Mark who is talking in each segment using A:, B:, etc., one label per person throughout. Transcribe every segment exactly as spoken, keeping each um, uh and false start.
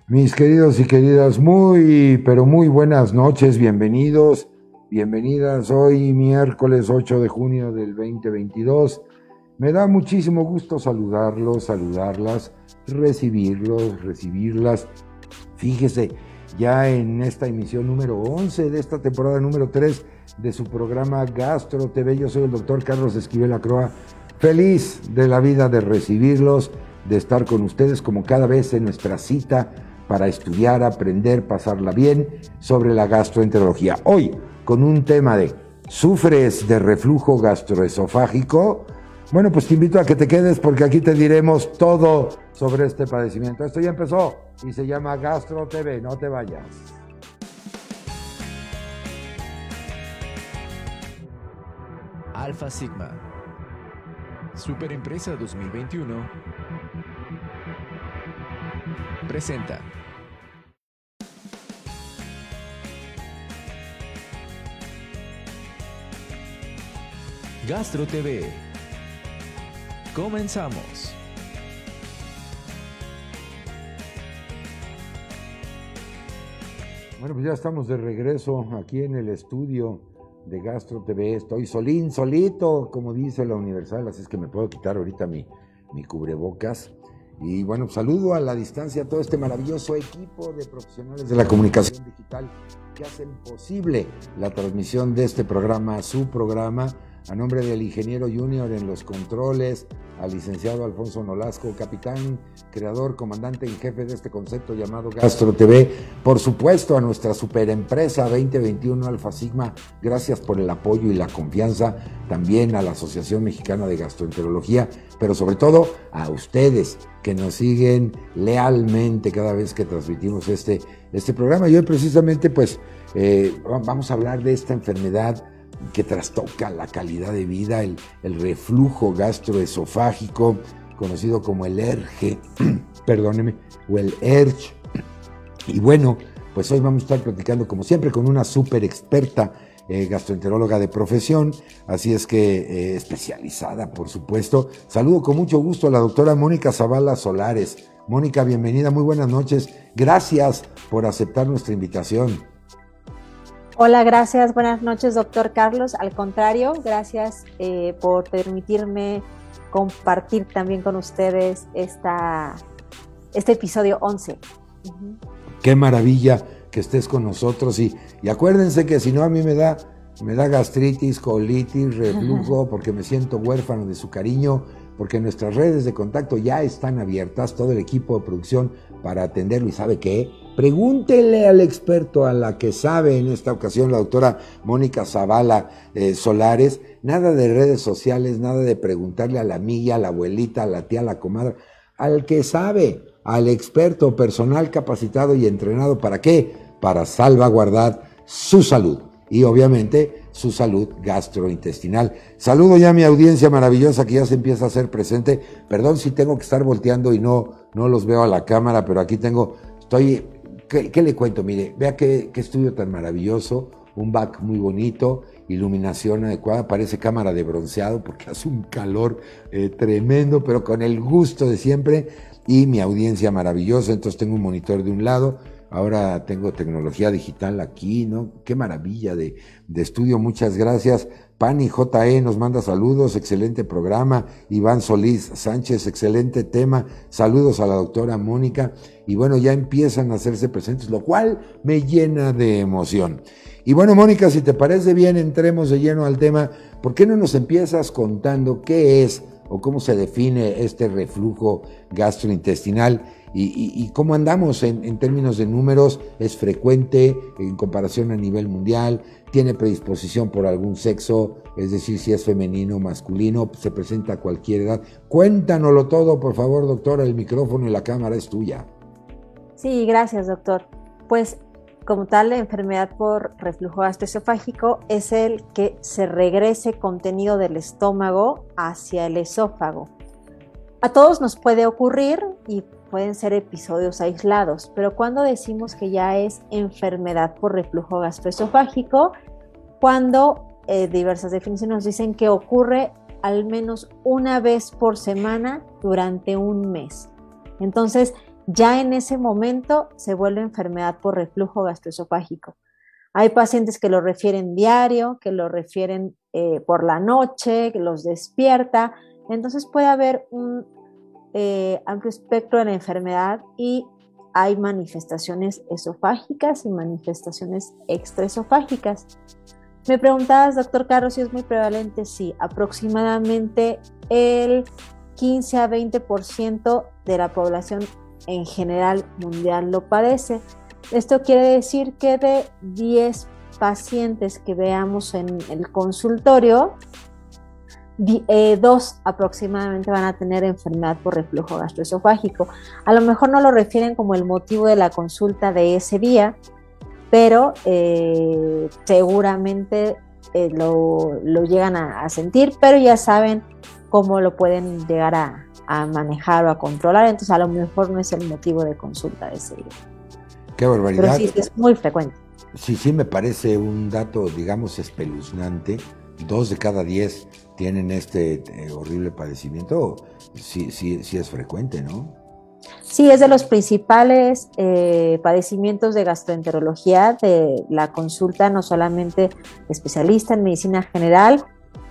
A: Mis queridos y queridas, muy, pero muy buenas noches, bienvenidos, bienvenidas. Hoy miércoles ocho de junio del dos mil veintidós. Me da muchísimo gusto saludarlos, saludarlas, recibirlos, recibirlas. Fíjese, ya en esta emisión número once de esta temporada número tres de su programa Gastro T V, yo soy el doctor Carlos Esquivel Acroa, feliz de la vida de recibirlos, de estar con ustedes como cada vez en nuestra cita para estudiar, aprender, pasarla bien sobre la gastroenterología. Hoy, con un tema de ¿sufres de reflujo gastroesofágico? Bueno, pues te invito a que te quedes porque aquí te diremos todo sobre este padecimiento. Esto ya empezó y se llama Gastro T V, no te vayas.
B: Alfa Sigma, Superempresa dos mil veintiuno, presenta Gastro T V. Comenzamos.
A: Bueno, pues ya estamos de regreso aquí en el estudio de Gastro T V. Estoy solín, solito, como dice la Universal, así es que me puedo quitar ahorita mi, mi cubrebocas. Y bueno, saludo a la distancia a todo este maravilloso equipo de profesionales de la comunicación digital que hacen posible la transmisión de este programa, su programa, a nombre del ingeniero junior en los controles, al licenciado Alfonso Nolasco, capitán, creador, comandante en jefe de este concepto llamado Gastro T V, por supuesto a nuestra superempresa veinte veintiuno Alfa Sigma, gracias por el apoyo y la confianza, también a la Asociación Mexicana de Gastroenterología, pero sobre todo a ustedes que nos siguen lealmente cada vez que transmitimos este, este programa. Y hoy precisamente pues eh, vamos a hablar de esta enfermedad que trastoca la calidad de vida, el, el reflujo gastroesofágico, conocido como el E R G, perdóneme, o el E R G. Y bueno, pues hoy vamos a estar platicando, como siempre, con una súper experta eh, gastroenteróloga de profesión, así es que eh, especializada, por supuesto. Saludo con mucho gusto a la doctora Mónica Zavala Solares. Mónica, bienvenida, muy buenas noches. Gracias por aceptar nuestra invitación.
C: Hola, gracias. Buenas noches, doctor Carlos. Al contrario, gracias eh, por permitirme compartir también con ustedes esta, este episodio once. Uh-huh.
A: Qué maravilla que estés con nosotros y, y acuérdense que si no a mí me da, me da gastritis, colitis, reflujo, uh-huh. porque me siento huérfano de su cariño, porque nuestras redes de contacto ya están abiertas, todo el equipo de producción para atenderlo. ¿Y sabe qué? Pregúntele al experto, a la que sabe en esta ocasión, la doctora Mónica Zavala eh, Solares. Nada de redes sociales, nada de preguntarle a la amiga, a la abuelita, a la tía, a la comadre. Al que sabe, al experto, personal capacitado y entrenado. ¿Para qué? Para salvaguardar su salud y obviamente su salud gastrointestinal. Saludo ya a mi audiencia maravillosa que ya se empieza a hacer presente. Perdón si tengo que estar volteando y no, no los veo a la cámara, pero aquí tengo, estoy... ¿Qué, qué le cuento? Mire, vea qué, qué estudio tan maravilloso, un back muy bonito, iluminación adecuada, parece cámara de bronceado porque hace un calor eh, tremendo, pero con el gusto de siempre, y mi audiencia maravillosa. Entonces tengo un monitor de un lado, ahora tengo tecnología digital aquí, ¿no? Qué maravilla de, de estudio, muchas gracias. Pani J E nos manda saludos, excelente programa. Iván Solís Sánchez, excelente tema. Saludos a la doctora Mónica. Y bueno, ya empiezan a hacerse presentes, lo cual me llena de emoción. Y bueno, Mónica, si te parece bien, entremos de lleno al tema. ¿Por qué no nos empiezas contando qué es o cómo se define este reflujo gastrointestinal y, y, y cómo andamos en, en términos de números? ¿Es frecuente en comparación a nivel mundial? ¿Tiene predisposición por algún sexo? Es decir, si es femenino o masculino, se presenta a cualquier edad. Cuéntanoslo todo, por favor, doctora, el micrófono y la cámara es tuya.
C: Sí, gracias, doctor. Pues, como tal, la enfermedad por reflujo gastroesofágico es el que se regrese contenido del estómago hacia el esófago. A todos nos puede ocurrir y pueden ser episodios aislados, pero cuando decimos que ya es enfermedad por reflujo gastroesofágico, cuando eh, diversas definiciones nos dicen que ocurre al menos una vez por semana durante un mes. Entonces, ya en ese momento se vuelve enfermedad por reflujo gastroesofágico. Hay pacientes que lo refieren diario, que lo refieren eh, por la noche, que los despierta. Entonces puede haber un eh, amplio espectro de la enfermedad y hay manifestaciones esofágicas y manifestaciones extraesofágicas. Me preguntabas, doctor Carlos, si es muy prevalente. Sí, aproximadamente el quince a veinte por ciento de la población en general mundial lo padece. Esto quiere decir que de diez pacientes que veamos en el consultorio, eh, dos aproximadamente van a tener enfermedad por reflujo gastroesofágico. A lo mejor no lo refieren como el motivo de la consulta de ese día, pero eh, seguramente eh, lo, lo llegan a, a sentir, pero ya saben cómo lo pueden llegar a, a manejar o a controlar, entonces a lo mejor no es el motivo de consulta de ese día.
A: Qué barbaridad.
C: Pero sí, es muy frecuente.
A: Sí, sí, me parece un dato, digamos, espeluznante. Dos de cada diez tienen este eh, horrible padecimiento. Sí, sí, sí es frecuente, ¿no?
C: Sí, es de los principales eh, padecimientos de gastroenterología de la consulta, no solamente especialista en medicina general,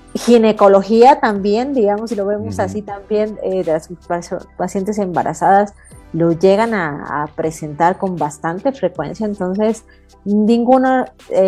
C: ginecología también, digamos, si lo vemos uh-huh. así también, eh, de las pacientes embarazadas lo llegan a, a presentar con bastante frecuencia. Entonces ninguno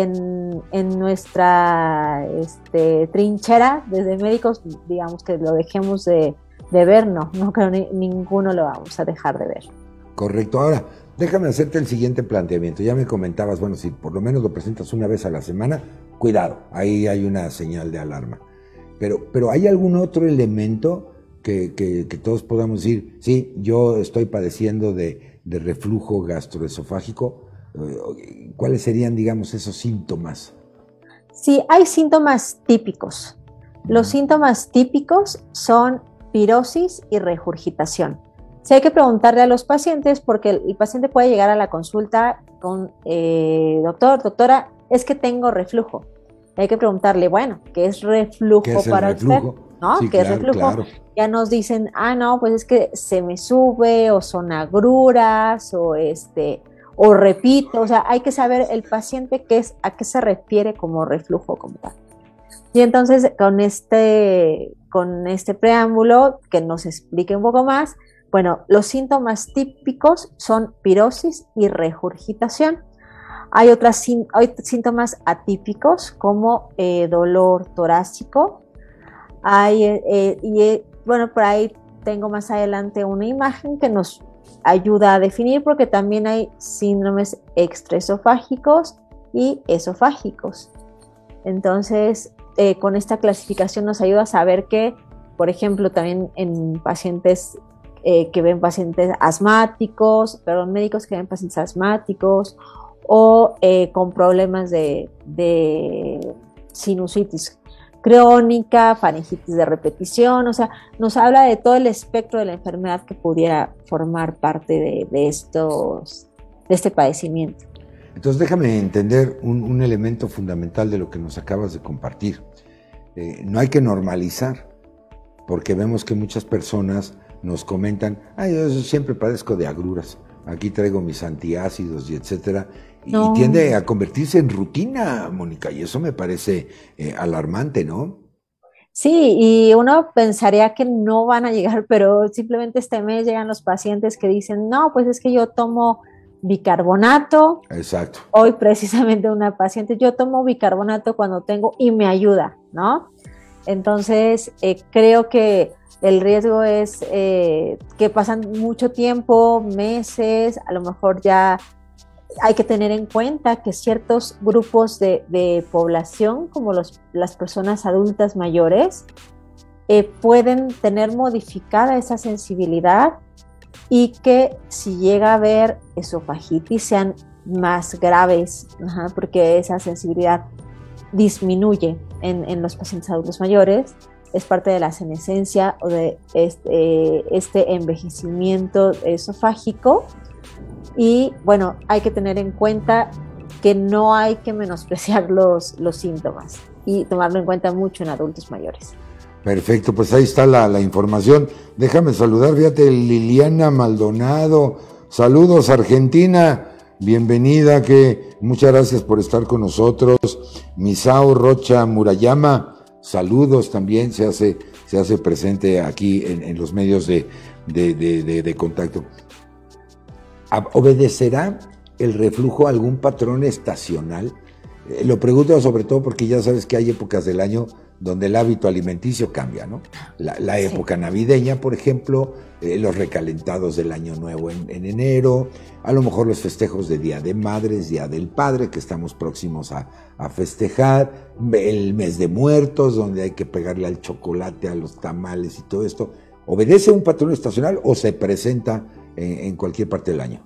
C: en, en nuestra este, trinchera desde médicos, digamos que lo dejemos de, de ver, no, no creo ni, ninguno lo vamos a dejar de ver.
A: Correcto. Ahora, déjame hacerte el siguiente planteamiento. Ya me comentabas, bueno, si por lo menos lo presentas una vez a la semana, cuidado, ahí hay una señal de alarma. Pero, pero ¿hay algún otro elemento que, que, que todos podamos decir, sí, yo estoy padeciendo de, de reflujo gastroesofágico? ¿Cuáles serían, digamos, esos síntomas?
C: Sí, hay síntomas típicos. Los uh-huh. síntomas típicos son pirosis y regurgitación. Sí, hay que preguntarle a los pacientes porque el, el paciente puede llegar a la consulta con, eh, doctor, doctora, es que tengo reflujo. Hay que preguntarle, bueno, ¿qué es reflujo
A: ¿Qué es
C: para
A: el reflujo?
C: usted? ¿No?
A: Sí,
C: ¿Qué
A: claro,
C: es reflujo?
A: Claro.
C: Ya nos dicen, ah, no, pues es que se me sube, o son agruras, o este, o repito. O sea, hay que saber el paciente qué es, a qué se refiere como reflujo como tal. Y entonces, con este, con este preámbulo, que nos explique un poco más, bueno, los síntomas típicos son pirosis y regurgitación. Hay otros síntomas atípicos como eh, dolor torácico. Hay, eh, y eh, bueno, por ahí tengo más adelante una imagen que nos ayuda a definir porque también hay síndromes extraesofágicos y esofágicos. Entonces, eh, con esta clasificación nos ayuda a saber que, por ejemplo, también en pacientes eh, que ven pacientes asmáticos, perdón, médicos que ven pacientes asmáticos, o eh, con problemas de, de sinusitis crónica, faringitis de repetición. O sea, nos habla de todo el espectro de la enfermedad que pudiera formar parte de, de, estos, de este padecimiento.
A: Entonces déjame entender un, un elemento fundamental de lo que nos acabas de compartir. Eh, no hay que normalizar, porque vemos que muchas personas nos comentan, ay, yo siempre padezco de agruras, aquí traigo mis antiácidos y etcétera. Y no. tiende a convertirse en rutina, Mónica, y eso me parece eh, alarmante, ¿no?
C: Sí, y uno pensaría que no van a llegar, pero simplemente este mes llegan los pacientes que dicen, no, pues es que yo tomo bicarbonato.
A: Exacto.
C: Hoy precisamente una paciente, yo tomo bicarbonato cuando tengo y me ayuda, ¿no? Entonces, eh, creo que el riesgo es eh, que pasan mucho tiempo, meses, a lo mejor ya hay que tener en cuenta que ciertos grupos de, de población, como los, las personas adultas mayores, eh, pueden tener modificada esa sensibilidad y que si llega a haber esofagitis sean más graves, ajá, porque esa sensibilidad disminuye en, en los pacientes adultos mayores. Es parte de la senescencia o de este, este envejecimiento esofágico. Y bueno, hay que tener en cuenta que no hay que menospreciar los, los síntomas y tomarlo en cuenta mucho en adultos mayores.
A: Perfecto, pues ahí está la, la información. Déjame saludar, fíjate, Liliana Maldonado, Saludos Argentina, bienvenida, que muchas gracias por estar con nosotros. Misao Rocha Murayama, saludos también, se hace, se hace presente aquí en, en los medios de, de, de, de, de contacto. ¿Obedecerá el reflujo a algún patrón estacional? Eh, lo pregunto sobre todo porque ya sabes que hay épocas del año donde el hábito alimenticio cambia, ¿no? La, la época sí. navideña, por ejemplo, eh, los recalentados del año nuevo en, en enero, a lo mejor los festejos de Día de Madres, Día del Padre, que estamos próximos a, a festejar, el mes de muertos, donde hay que pegarle al chocolate, a los tamales y todo esto. ¿Obedece un patrón estacional o se presenta en, en cualquier parte del año?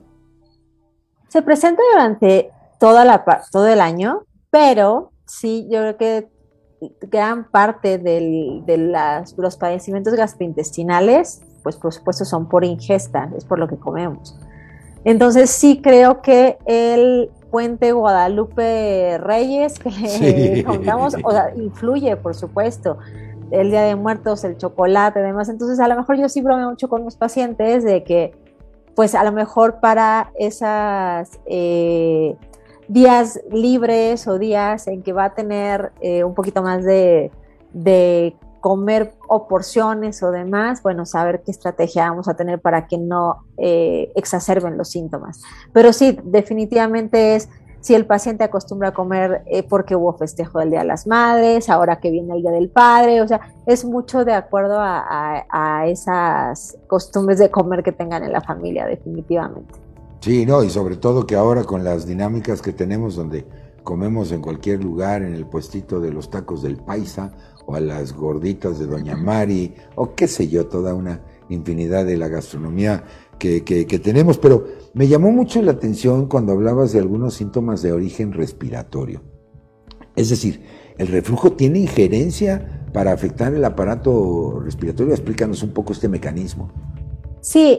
C: Se presenta durante toda la, todo el año, pero sí, yo creo que gran parte del, de las, los padecimientos gastrointestinales, pues por supuesto son por ingesta, es por lo que comemos. Entonces sí creo que el puente Guadalupe Reyes que sí. contamos, o sea, influye, por supuesto, el Día de Muertos, el chocolate, además. Entonces a lo mejor yo sí bromeo mucho con los pacientes de que, pues a lo mejor para esas eh, días libres o días en que va a tener eh, un poquito más de, de comer o porciones o demás, bueno, saber qué estrategia vamos a tener para que no eh, exacerben los síntomas. Pero sí, definitivamente es si el paciente acostumbra a comer eh, porque hubo festejo del Día de las Madres, ahora que viene el Día del Padre, o sea, es mucho de acuerdo a, a, a esas costumbres de comer que tengan en la familia, definitivamente.
A: Sí, no, y sobre todo que ahora con las dinámicas que tenemos donde comemos en cualquier lugar, en el puestito de los tacos del Paisa, o a las gorditas de Doña Mari, o qué sé yo, toda una infinidad de la gastronomía que, que, que tenemos, pero me llamó mucho la atención cuando hablabas de algunos síntomas de origen respiratorio. Es decir, ¿el reflujo tiene injerencia para afectar el aparato respiratorio? Explícanos un poco este mecanismo.
C: Sí,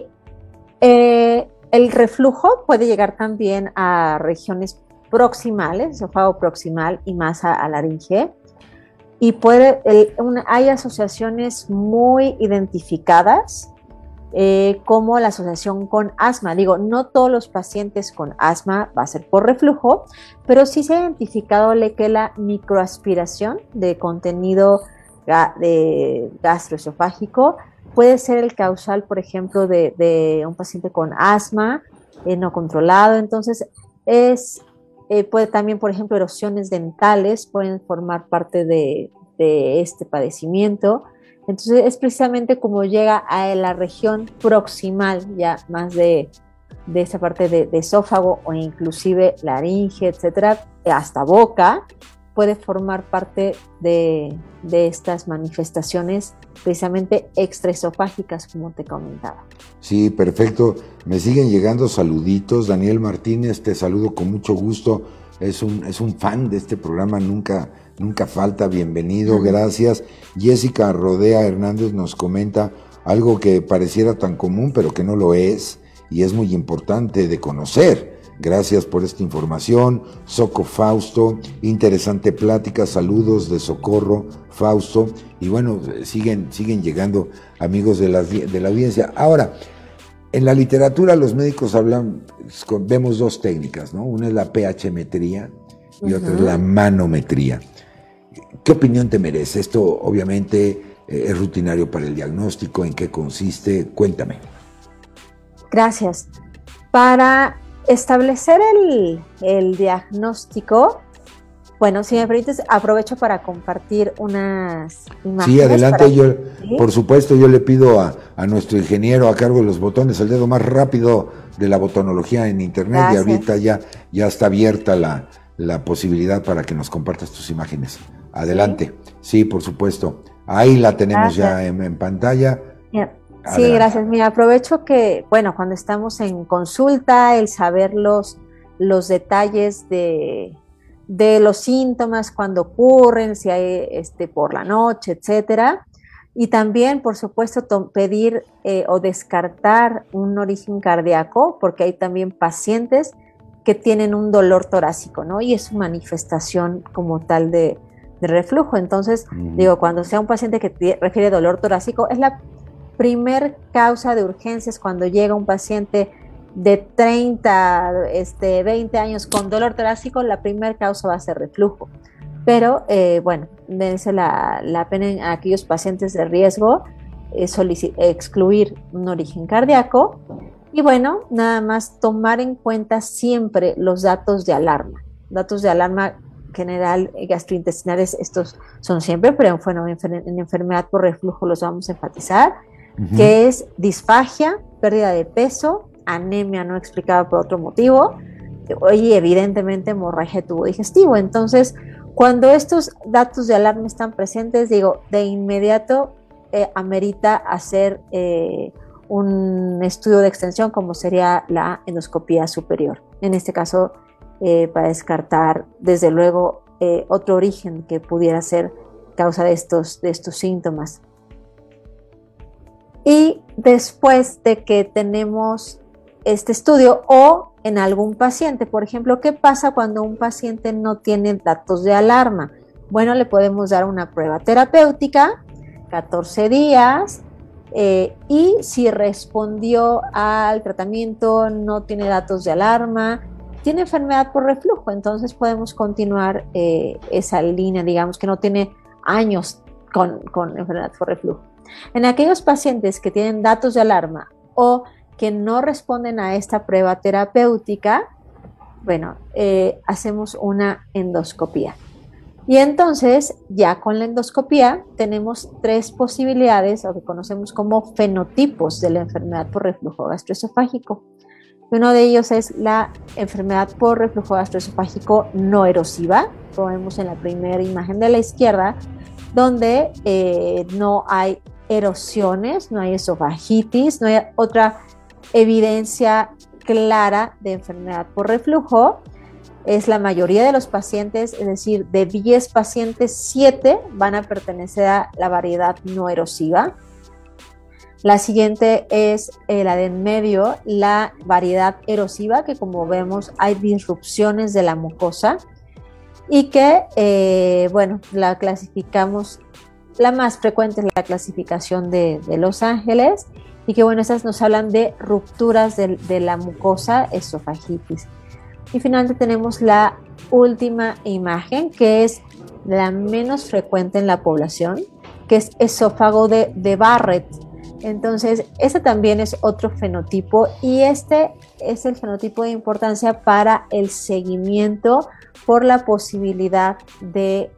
C: eh, el reflujo puede llegar también a regiones proximales, esófago proximal y más a, a laringe. Y puede, el, una, hay asociaciones muy identificadas, eh, como la asociación con asma. Digo, no todos los pacientes con asma va a ser por reflujo, pero sí se ha identificado que la microaspiración de contenido ga, de gastroesofágico puede ser el causal, por ejemplo, de, de un paciente con asma eh, no controlado. Entonces, es... Eh, puede también, por ejemplo, erosiones dentales pueden formar parte de, de este padecimiento. Entonces es precisamente como llega a la región proximal, ya más de, de esa parte de, de esófago o inclusive laringe, etcétera, hasta boca, puede formar parte de, de estas manifestaciones precisamente extraesofágicas, como te comentaba.
A: Sí, perfecto. Me siguen llegando saluditos. Daniel Martínez, te saludo con mucho gusto. Es un, es un fan de este programa, nunca, nunca falta. Bienvenido, uh-huh. Gracias. Jessica Rodea Hernández nos comenta algo que pareciera tan común, pero que no lo es, y es muy importante de conocer. Gracias por esta información. Soco Fausto, interesante plática, saludos de Socorro Fausto. Y bueno, siguen, siguen llegando amigos de la, de la audiencia. Ahora, en la literatura los médicos hablan, vemos dos técnicas, ¿no? Una es la pH-metría y uh-huh. otra es la manometría. ¿Qué opinión te merece? Esto obviamente eh, es rutinario para el diagnóstico. ¿En qué consiste? Cuéntame.
C: Gracias. Para establecer el, el diagnóstico, bueno, si me permites, aprovecho para compartir unas imágenes.
A: Sí, adelante,
C: para...
A: yo,
C: ¿Sí?
A: Por supuesto, yo le pido a, a nuestro ingeniero a cargo de los botones, el dedo más rápido de la botonología en internet. Gracias. Y ahorita ya, ya está abierta la, la posibilidad para que nos compartas tus imágenes. Adelante. Sí, sí, por supuesto. Ahí la tenemos. Gracias. Ya en, en pantalla.
C: Yeah. Sí, gracias. Mira, aprovecho que, bueno, cuando estamos en consulta, el saber los, los detalles de, de los síntomas, cuando ocurren, si hay este, por la noche, etcétera. Y también, por supuesto, to- pedir eh, o descartar un origen cardíaco, porque hay también pacientes que tienen un dolor torácico, ¿no? Y es su manifestación como tal de, de reflujo. Entonces, uh-huh. digo, cuando sea un paciente que t- refiere dolor torácico, es la primer causa de urgencias cuando llega un paciente de treinta, este, veinte años con dolor torácico, la primera causa va a ser reflujo. Pero, eh, bueno, merece la, la pena en aquellos pacientes de riesgo eh, excluir un origen cardíaco. Y bueno, nada más tomar en cuenta siempre los datos de alarma. Datos de alarma general gastrointestinales, estos son siempre, pero bueno, en, en enfermedad por reflujo los vamos a enfatizar, uh-huh. que es disfagia, pérdida de peso, anemia no explicada por otro motivo, y evidentemente hemorragia de tubo digestivo. Entonces, cuando estos datos de alarma están presentes, digo, de inmediato eh, amerita hacer eh, un estudio de extensión como sería la endoscopía superior. En este caso, eh, para descartar, desde luego, eh, otro origen que pudiera ser causa de estos, de estos síntomas. Y después de que tenemos este estudio o en algún paciente, por ejemplo, ¿qué pasa cuando un paciente no tiene datos de alarma? Bueno, le podemos dar una prueba terapéutica, catorce días, eh, y si respondió al tratamiento, no tiene datos de alarma, tiene enfermedad por reflujo, entonces podemos continuar eh, esa línea, digamos que no tiene años con, con enfermedad por reflujo. En aquellos pacientes que tienen datos de alarma o que no responden a esta prueba terapéutica, bueno, eh, hacemos una endoscopía. Y entonces, ya con la endoscopía, tenemos tres posibilidades, o que conocemos como fenotipos de la enfermedad por reflujo gastroesofágico. Uno de ellos es la enfermedad por reflujo gastroesofágico no erosiva, como vemos en la primera imagen de la izquierda, donde eh, no hay erosiones, no hay esofagitis, no hay otra evidencia clara de enfermedad por reflujo. Es la mayoría de los pacientes, es decir, de diez pacientes, siete van a pertenecer a la variedad no erosiva. La siguiente es eh, la de en medio, la variedad erosiva, que como vemos hay disrupciones de la mucosa y que, eh, bueno, la clasificamos, la más frecuente es la clasificación de, de Los Ángeles, y que, bueno, estas nos hablan de rupturas de, de la mucosa, esofagitis. Y finalmente tenemos la última imagen, que es la menos frecuente en la población, que es esófago de, de Barrett. Entonces, este también es otro fenotipo, y este es el fenotipo de importancia para el seguimiento por la posibilidad de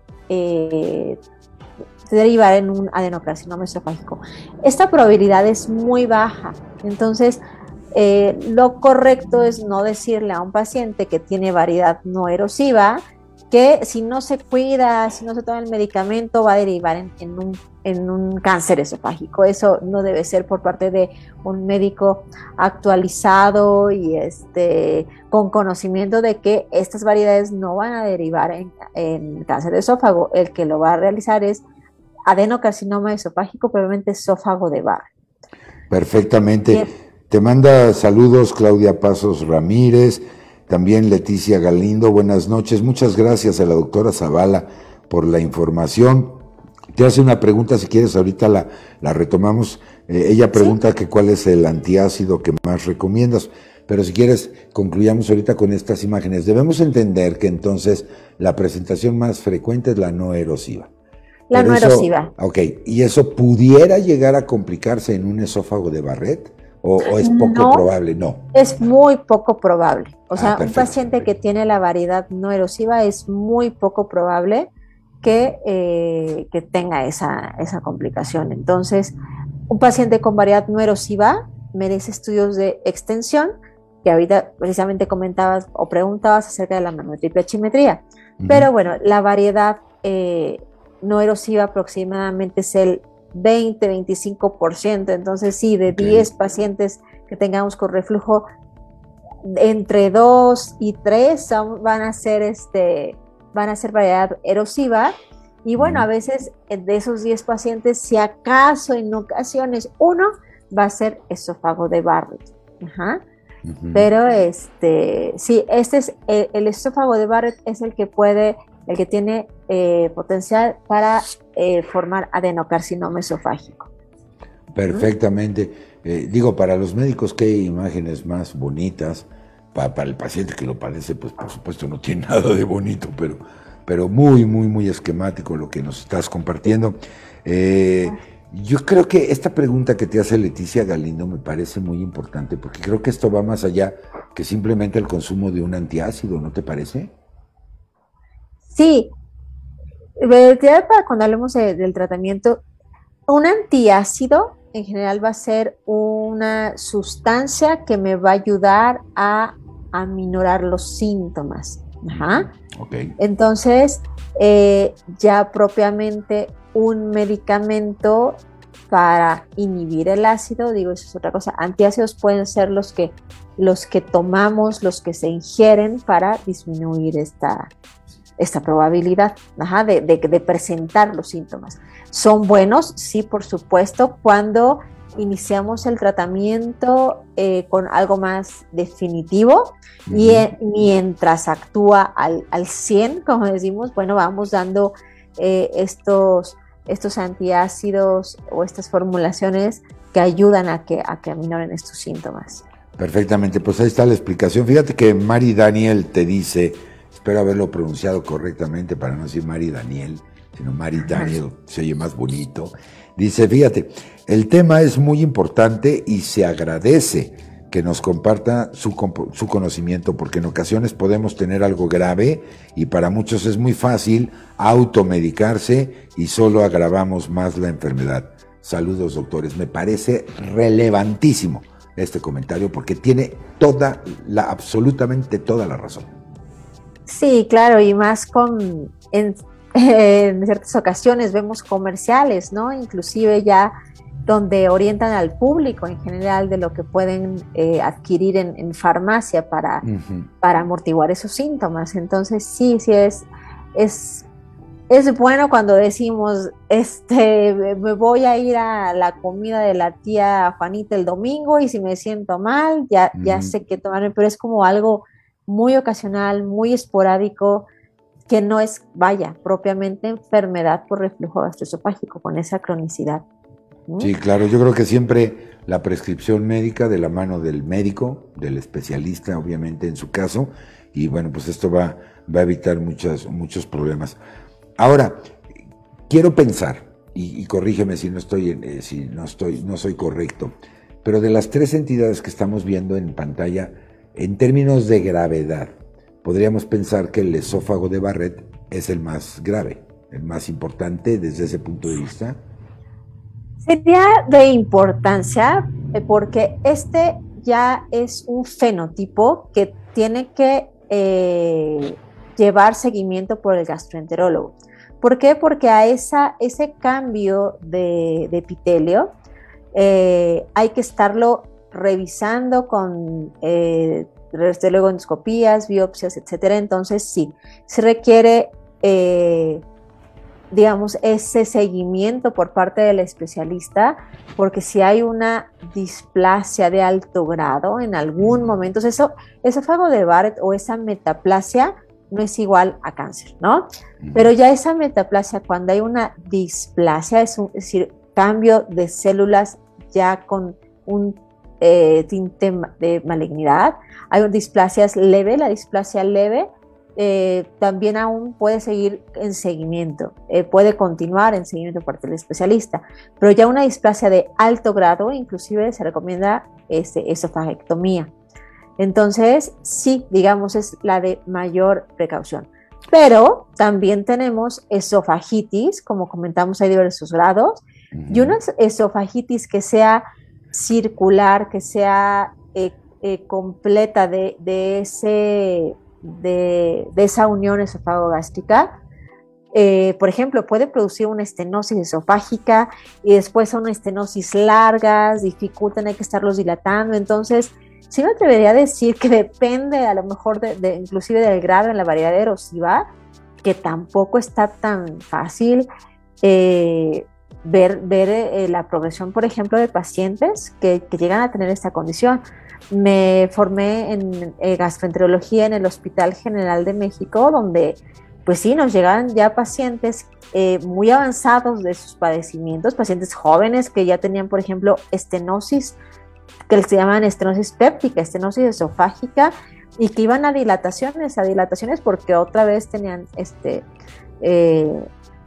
C: eh, derivar en un adenocarcinoma esofágico. Esta probabilidad es muy baja, entonces eh, lo correcto es no decirle a un paciente que tiene variedad no erosiva que si no se cuida, si no se toma el medicamento, va a derivar en, en, un, en un cáncer esofágico. Eso no debe ser por parte de un médico actualizado y este, con conocimiento de que estas variedades no van a derivar en, en cáncer de esófago. El que lo va a realizar es adenocarcinoma esofágico, probablemente esófago de Barrett.
A: Perfectamente. Bien. Te manda saludos Claudia Pasos Ramírez, también Leticia Galindo, buenas noches. Muchas gracias a la doctora Zavala por la información. Te hace una pregunta, si quieres ahorita la, la retomamos. Eh, ella pregunta ¿Sí? que cuál es el antiácido que más recomiendas, pero si quieres concluyamos ahorita con estas imágenes. Debemos entender que entonces la presentación más frecuente es la no erosiva.
C: La no erosiva.
A: Ok, ¿y eso pudiera llegar a complicarse en un esófago de Barrett? ¿O, o es poco
C: no,
A: probable? No.
C: Es muy poco probable. O sea,
A: ah, perfecto,
C: un paciente
A: perfecto.
C: que tiene la variedad no erosiva es muy poco probable que, eh, que tenga esa, esa complicación. Entonces, un paciente con variedad no erosiva merece estudios de extensión, que ahorita precisamente comentabas o preguntabas acerca de la manometría. Uh-huh. Pero bueno, la variedad eh, no erosiva aproximadamente es el veinte a veinticinco por ciento, entonces sí, de okay. diez pacientes que tengamos con reflujo, entre dos y tres son, van a ser este, van a ser variedad erosiva, y bueno, mm. a veces de esos diez pacientes, si acaso en ocasiones uno va a ser esófago de Barrett. Ajá. Uh-huh. Pero este, sí, este es el, el esófago de Barrett es el que puede, el que tiene eh, potencial para eh, formar adenocarcinoma esofágico.
A: Perfectamente. Eh, digo, para los médicos, qué imágenes más bonitas. Pa, para el paciente que lo padece, pues por supuesto no tiene nada de bonito, pero, pero muy, muy, muy esquemático lo que nos estás compartiendo. Eh, yo creo que esta pregunta que te hace Leticia Galindo me parece muy importante, porque creo que esto va más allá que simplemente el consumo de un antiácido, ¿no te parece?
C: Sí, para cuando hablemos de, del tratamiento, un antiácido en general va a ser una sustancia que me va a ayudar a aminorar los síntomas. Ajá.
A: Okay.
C: Entonces, eh, ya propiamente un medicamento para inhibir el ácido, digo, eso es otra cosa. Antiácidos pueden ser los que, los que tomamos, los que se ingieren para disminuir esta, esta probabilidad, ajá, de, de, de presentar los síntomas. Son buenos, sí, por supuesto, cuando iniciamos el tratamiento eh, con algo más definitivo uh-huh. y eh, mientras actúa al, al cien, como decimos, bueno, vamos dando eh, estos, estos antiácidos o estas formulaciones que ayudan a que, a que aminoren estos síntomas.
A: Perfectamente, pues ahí está la explicación. Fíjate que Mari Daniel te dice, espero haberlo pronunciado correctamente para no decir Mari Daniel, sino Mari Daniel, se oye más bonito. Dice, fíjate, el tema es muy importante y se agradece que nos comparta su, su conocimiento, porque en ocasiones podemos tener algo grave y para muchos es muy fácil automedicarse y solo agravamos más la enfermedad. Saludos, doctores. Me parece relevantísimo este comentario porque tiene toda la, absolutamente toda la razón.
C: Sí, claro, y más con... En... en ciertas ocasiones vemos comerciales, ¿no? Inclusive ya donde orientan al público en general de lo que pueden eh, adquirir en, en farmacia para, uh-huh. para amortiguar esos síntomas. Entonces sí, sí es, es, es bueno cuando decimos, este, me voy a ir a la comida de la tía Juanita el domingo y si me siento mal, ya, uh-huh. ya sé qué tomarme, pero es como algo muy ocasional, muy esporádico, que no es, vaya, propiamente enfermedad por reflujo gastroesofágico con esa cronicidad. ¿Mm?
A: Sí, claro, yo creo que siempre la prescripción médica de la mano del médico, del especialista, obviamente en su caso, y bueno, pues esto va, va a evitar muchas, muchos problemas. Ahora, quiero pensar, y, y corrígeme si no estoy, eh, si no estoy, no soy correcto, pero de las tres entidades que estamos viendo en pantalla, en términos de gravedad, podríamos pensar que el esófago de Barrett es el más grave, el más importante desde ese punto de vista.
C: Sería de importancia porque este ya es un fenotipo que tiene que eh, llevar seguimiento por el gastroenterólogo. ¿Por qué? Porque a esa, ese cambio de, de epitelio eh, hay que estarlo revisando con... Eh, desde luego endoscopías, biopsias, etcétera. Entonces sí, se requiere, eh, digamos, ese seguimiento por parte del especialista, porque si hay una displasia de alto grado en algún momento, eso, esófago de Barrett o esa metaplasia no es igual a cáncer, ¿no? Pero ya esa metaplasia, cuando hay una displasia, es, un, es decir, cambio de células ya con un Eh, tinte de malignidad, hay displasias leve, la displasia leve eh, también aún puede seguir en seguimiento, eh, puede continuar en seguimiento por parte del especialista, pero ya una displasia de alto grado, inclusive se recomienda este, esofagectomía. Entonces, sí, digamos, es la de mayor precaución. Pero también tenemos esofagitis, como comentamos, hay diversos grados, uh-huh. y una esofagitis que sea circular, que sea eh, eh, completa de, de, ese, de, de esa unión esofagogástrica, eh, por ejemplo, puede producir una estenosis esofágica y después una estenosis largas, dificultan, hay que estarlos dilatando. Entonces, sí me atrevería a decir que depende a lo mejor de, de, inclusive del grado en la variedad erosiva, que tampoco está tan fácil eh, ver, ver eh, la progresión, por ejemplo, de pacientes que, que llegan a tener esta condición. Me formé en eh, gastroenterología en el Hospital General de México, donde pues sí, nos llegaban ya pacientes eh, muy avanzados de sus padecimientos, pacientes jóvenes que ya tenían, por ejemplo, estenosis, que se llaman estenosis péptica, estenosis esofágica, y que iban a dilataciones, a dilataciones porque otra vez tenían este, eh,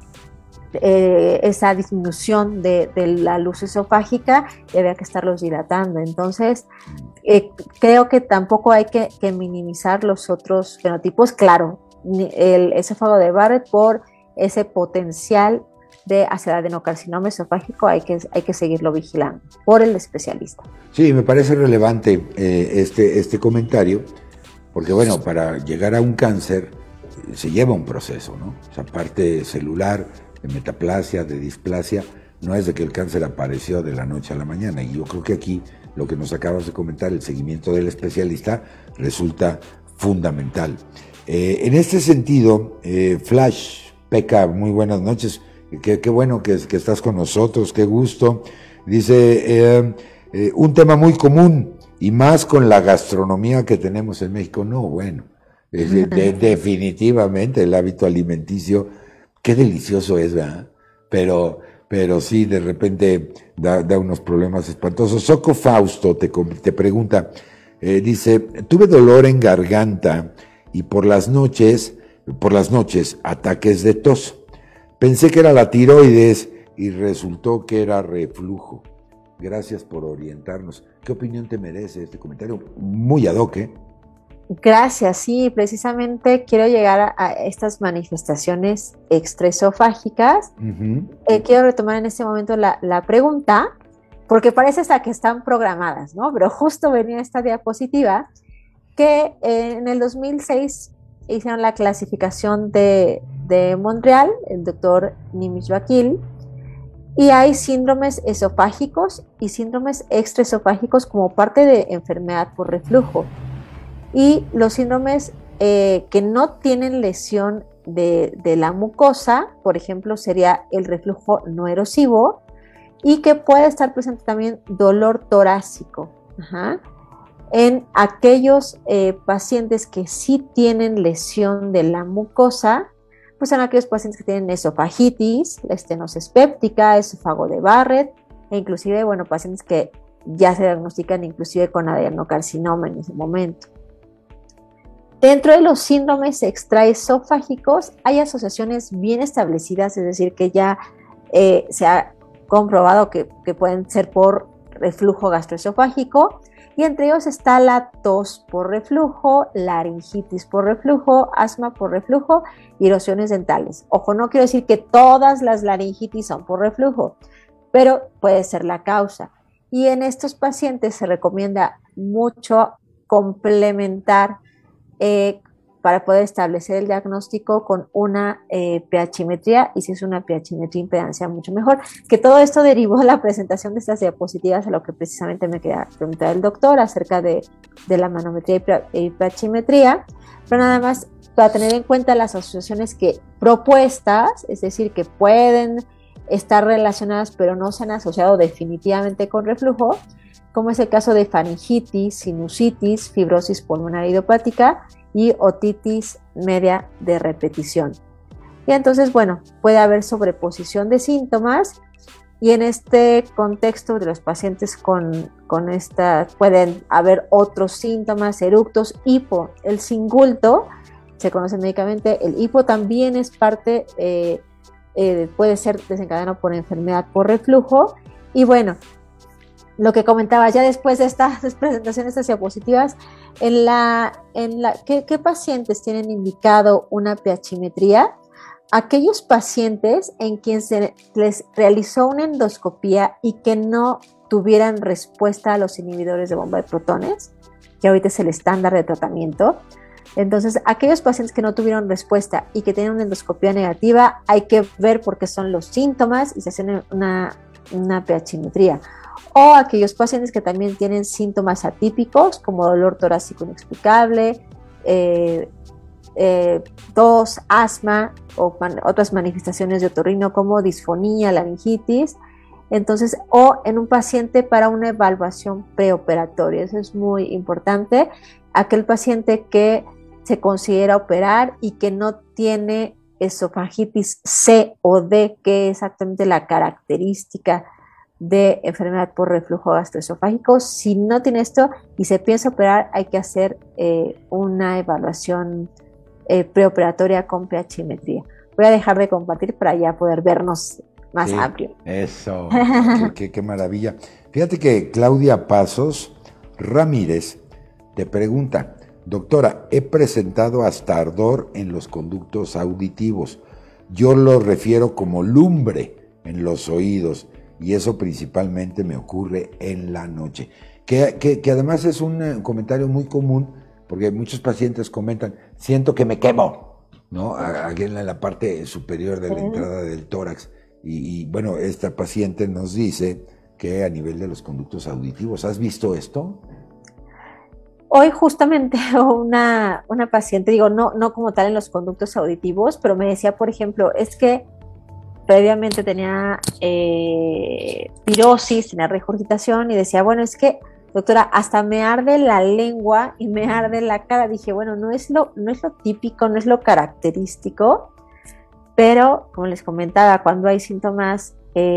C: eh, esa disminución de, de la luz esofágica y había que estarlos dilatando. Entonces, eh, creo que tampoco hay que, que minimizar los otros fenotipos. Claro, el esófago de Barrett por ese potencial de hacia el adenocarcinoma esofágico hay que, hay que seguirlo vigilando por el especialista.
A: Sí, me parece relevante eh, este, este comentario, porque bueno, para llegar a un cáncer eh, se lleva un proceso, ¿no? O sea, parte celular, de metaplasia, de displasia, no es de que el cáncer apareció de la noche a la mañana, y yo creo que aquí lo que nos acabas de comentar, el seguimiento del especialista, resulta fundamental. Eh, en este sentido, eh, Flash, Peca, muy buenas noches, qué, qué bueno que, que estás con nosotros, qué gusto. Dice, eh, eh, un tema muy común, y más con la gastronomía que tenemos en México. No, bueno, de, de, definitivamente el hábito alimenticio, qué delicioso es, ¿verdad? Pero, pero sí, de repente da, da unos problemas espantosos. Soco Fausto te, te pregunta, eh, dice, tuve dolor en garganta y por las noches, por las noches, ataques de tos. Pensé que era la tiroides y resultó que era reflujo. Gracias por orientarnos. ¿Qué opinión te merece este comentario? Muy ad hoc, ¿eh?
C: Gracias, sí, precisamente quiero llegar a, a estas manifestaciones extraesofágicas. Uh-huh. Eh, quiero retomar en este momento la, la pregunta, porque parece hasta que están programadas, ¿no? Pero justo venía esta diapositiva que eh, en el dos mil seis hicieron la clasificación de, de Montreal, el doctor Nimish Vakil, y hay síndromes esofágicos y síndromes extraesofágicos como parte de enfermedad por reflujo. Y los síndromes eh, que no tienen lesión de, de la mucosa, por ejemplo, sería el reflujo no erosivo, y que puede estar presente también dolor torácico. Ajá. En aquellos eh, pacientes que sí tienen lesión de la mucosa, pues son aquellos pacientes que tienen esofagitis, la estenosis péptica, esófago de Barrett, e inclusive, bueno, pacientes que ya se diagnostican inclusive con adenocarcinoma en ese momento. Dentro de los síndromes extraesofágicos hay asociaciones bien establecidas, es decir, que ya eh, se ha comprobado que, que pueden ser por reflujo gastroesofágico, y entre ellos está la tos por reflujo, laringitis por reflujo, asma por reflujo y erosiones dentales. Ojo, no quiero decir que todas las laringitis son por reflujo, pero puede ser la causa. Y en estos pacientes se recomienda mucho complementar eh, para poder establecer el diagnóstico con una eh, pHimetría, y si es una pHimetría impedancia, mucho mejor. Que todo esto derivó de la presentación de estas diapositivas, a lo que precisamente me quería preguntar el doctor acerca de, de la manometría y pHimetría, pero nada más para tener en cuenta las asociaciones que propuestas, es decir, que pueden estar relacionadas pero no se han asociado definitivamente con reflujo, como es el caso de faringitis, sinusitis, fibrosis pulmonar idiopática y otitis media de repetición. Y entonces, bueno, puede haber sobreposición de síntomas, y en este contexto de los pacientes con, con esta, pueden haber otros síntomas, eructos, hipo. El singulto, se conoce médicamente, el hipo también es parte, eh, eh, puede ser desencadenado por enfermedad por reflujo. Y bueno, lo que comentaba ya después de estas presentaciones, estas diapositivas, en la, en la, ¿qué, ¿qué pacientes tienen indicado una pHimetría? Aquellos pacientes en quien se les realizó una endoscopía y que no tuvieran respuesta a los inhibidores de bomba de protones, que ahorita es el estándar de tratamiento. Entonces, aquellos pacientes que no tuvieron respuesta y que tienen una endoscopía negativa, hay que ver por qué son los síntomas y se hace una, una pHimetría. O aquellos pacientes que también tienen síntomas atípicos, como dolor torácico inexplicable, eh, eh, tos, asma o man, otras manifestaciones de otorrino como disfonía, laringitis. Entonces, o en un paciente para una evaluación preoperatoria. Eso es muy importante. Aquel paciente que se considera operar y que no tiene esofagitis C o D, que es exactamente la característica de enfermedad por reflujo gastroesofágico. Si no tiene esto y se piensa operar, hay que hacer eh, una evaluación eh, preoperatoria con pHimetría. Voy a dejar de compartir para ya poder vernos más
A: sí,
C: amplio.
A: Eso, qué, qué, qué maravilla. Fíjate que Claudia Pasos Ramírez te pregunta: doctora, he presentado hasta ardor en los conductos auditivos. Yo lo refiero como lumbre en los oídos y eso principalmente me ocurre en la noche. Que, que, que además es un comentario muy común, porque muchos pacientes comentan: siento que me quemo, ¿no? Aquí en la parte superior de la sí. entrada del tórax. Y, y bueno, esta paciente nos dice que a nivel de los conductos auditivos, ¿has visto esto?
C: Hoy justamente una, una paciente, digo, no, no como tal en los conductos auditivos, pero me decía, por ejemplo, es que previamente tenía eh, pirosis, tenía regurgitación y decía, bueno, es que, doctora, hasta me arde la lengua y me arde la cara. Dije, bueno, no es lo, no es lo típico, no es lo característico, pero como les comentaba, cuando hay síntomas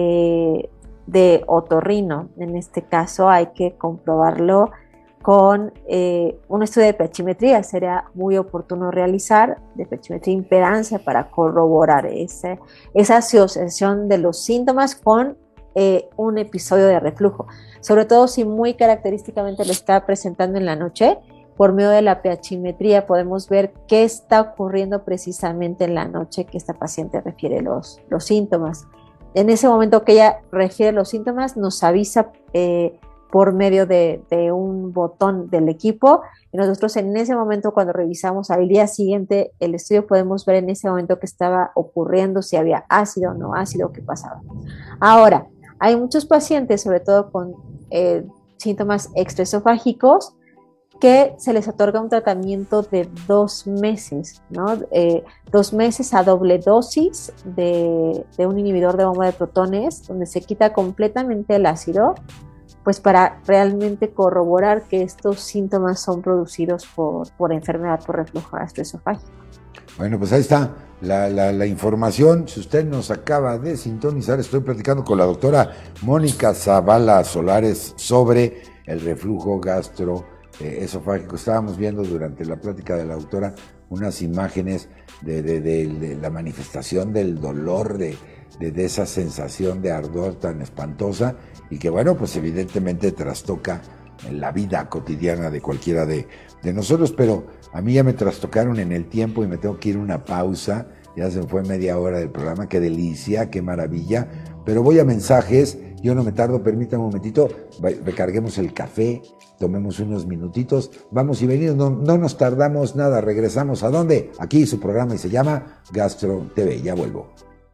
C: eh, de otorrino, en este caso hay que comprobarlo con eh, un estudio de pHimetría. Sería muy oportuno realizar de pHimetría impedancia para corroborar ese, esa asociación de los síntomas con eh, un episodio de reflujo, sobre todo si muy característicamente lo está presentando en la noche. Por medio de la pHimetría podemos ver qué está ocurriendo precisamente en la noche que esta paciente refiere los, los síntomas. En ese momento que ella refiere los síntomas, nos avisa eh, por medio de, de un botón del equipo, y nosotros en ese momento, cuando revisamos al día siguiente el estudio, podemos ver en ese momento que estaba ocurriendo, si había ácido o no ácido, qué pasaba. Ahora, hay muchos pacientes, sobre todo con eh, síntomas extraesofágicos, que se les otorga un tratamiento de dos meses, ¿no? Eh, dos meses a doble dosis de, de un inhibidor de bomba de protones, donde se quita completamente el ácido, pues para realmente corroborar que estos síntomas son producidos por, por enfermedad por reflujo gastroesofágico.
A: Bueno, pues ahí está la, la, la información. Si usted nos acaba de sintonizar, estoy platicando con la doctora Mónica Zavala Solares sobre el reflujo gastroesofágico. Estábamos viendo durante la plática de la doctora unas imágenes de, de, de, de la manifestación del dolor, de, de, de esa sensación de ardor tan espantosa, y que bueno, pues evidentemente trastoca en la vida cotidiana de cualquiera de, de nosotros, pero a mí ya me trastocaron en el tiempo y me tengo que ir a una pausa. Ya se fue media hora del programa, qué delicia, qué maravilla, pero voy a mensajes, yo no me tardo, permítame un momentito, recarguemos el café, tomemos unos minutitos, vamos y venimos, no, no nos tardamos nada, regresamos ¿a dónde? Aquí su programa y se llama Gastro T V, ya vuelvo.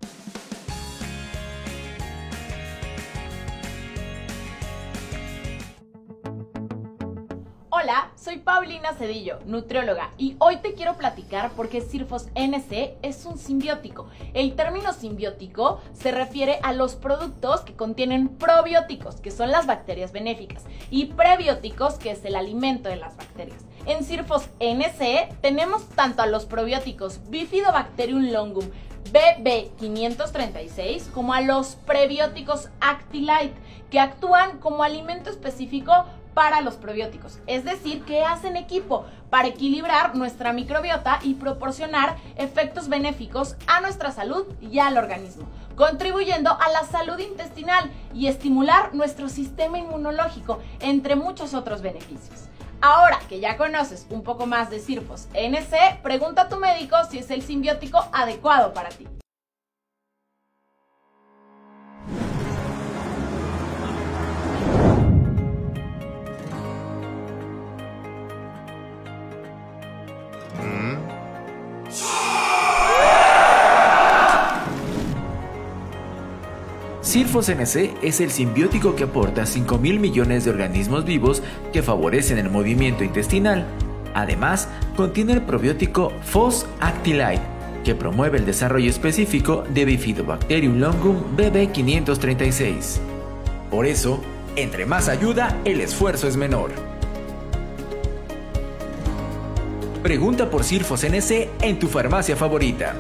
D: Hola, soy Paulina Cedillo, nutrióloga, y hoy te quiero platicar por qué Sirfos N C es un simbiótico. El término simbiótico se refiere a los productos que contienen probióticos, que son las bacterias benéficas, y prebióticos, que es el alimento de las bacterias. En Sirfos N C tenemos tanto a los probióticos Bifidobacterium longum B B quinientos treinta y seis como a los prebióticos Actilite, que actúan como alimento específico para los probióticos, es decir, que hacen equipo para equilibrar nuestra microbiota y proporcionar efectos benéficos a nuestra salud y al organismo, contribuyendo a la salud intestinal y estimular nuestro sistema inmunológico, entre muchos otros beneficios. Ahora que ya conoces un poco más de Sirfos N C, pregunta a tu médico si es el simbiótico adecuado para ti.
E: Sirfos N C es el simbiótico que aporta cinco mil millones de organismos vivos que favorecen el movimiento intestinal. Además, contiene el probiótico Fos Actilite, que promueve el desarrollo específico de Bifidobacterium longum B B quinientos treinta y seis. Por eso, entre más ayuda, el esfuerzo es menor. Pregunta por Sirfos N C en tu farmacia favorita.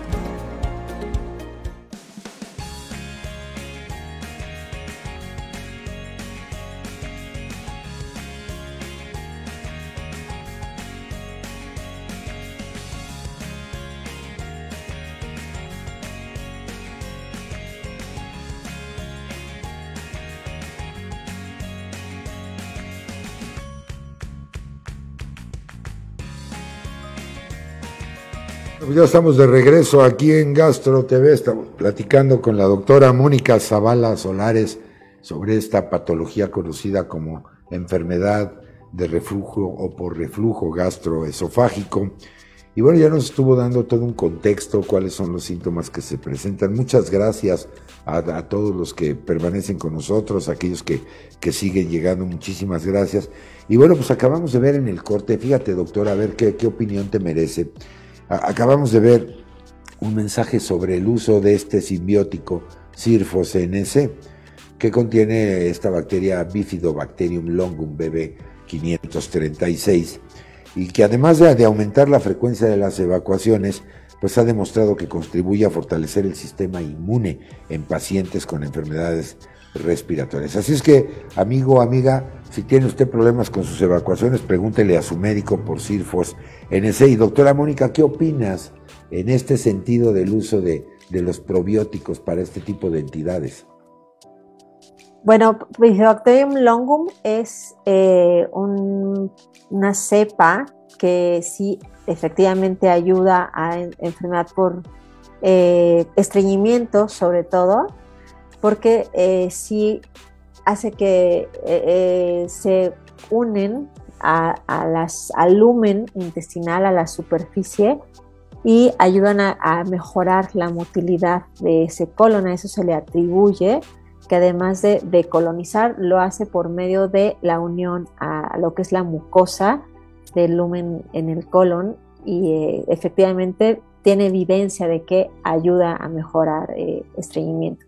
A: Ya estamos de regreso aquí en Gastro T V, estamos platicando con la doctora Mónica Zavala Solares sobre esta patología conocida como enfermedad de reflujo o por reflujo gastroesofágico. Y bueno, ya nos estuvo dando todo un contexto, cuáles son los síntomas que se presentan. Muchas gracias a, a todos los que permanecen con nosotros, aquellos que, que siguen llegando, muchísimas gracias. Y bueno, pues acabamos de ver en el corte, fíjate doctora, a ver qué, qué opinión te merece. Acabamos de ver un mensaje sobre el uso de este simbiótico Sirfos N C, que contiene esta bacteria Bifidobacterium longum B B quinientos treinta y seis, y que además de, de aumentar la frecuencia de las evacuaciones, pues ha demostrado que contribuye a fortalecer el sistema inmune en pacientes con enfermedades respiratorias. Así es que, amigo o amiga, si tiene usted problemas con sus evacuaciones, pregúntele a su médico por Sirfos N C. Y doctora Mónica, ¿qué opinas en este sentido del uso de, de los probióticos para este tipo de entidades?
C: Bueno, Bifidobacterium longum es eh, un, una cepa que sí efectivamente ayuda a en, enfermedad por eh, estreñimiento, sobre todo, porque eh, sí hace que eh, eh, se unen a, a las, al lumen intestinal, a la superficie, y ayudan a, a mejorar la motilidad de ese colon. A eso se le atribuye que además de, de colonizar, lo hace por medio de la unión a lo que es la mucosa del lumen en el colon, y eh, efectivamente tiene evidencia de que ayuda a mejorar eh, estreñimiento.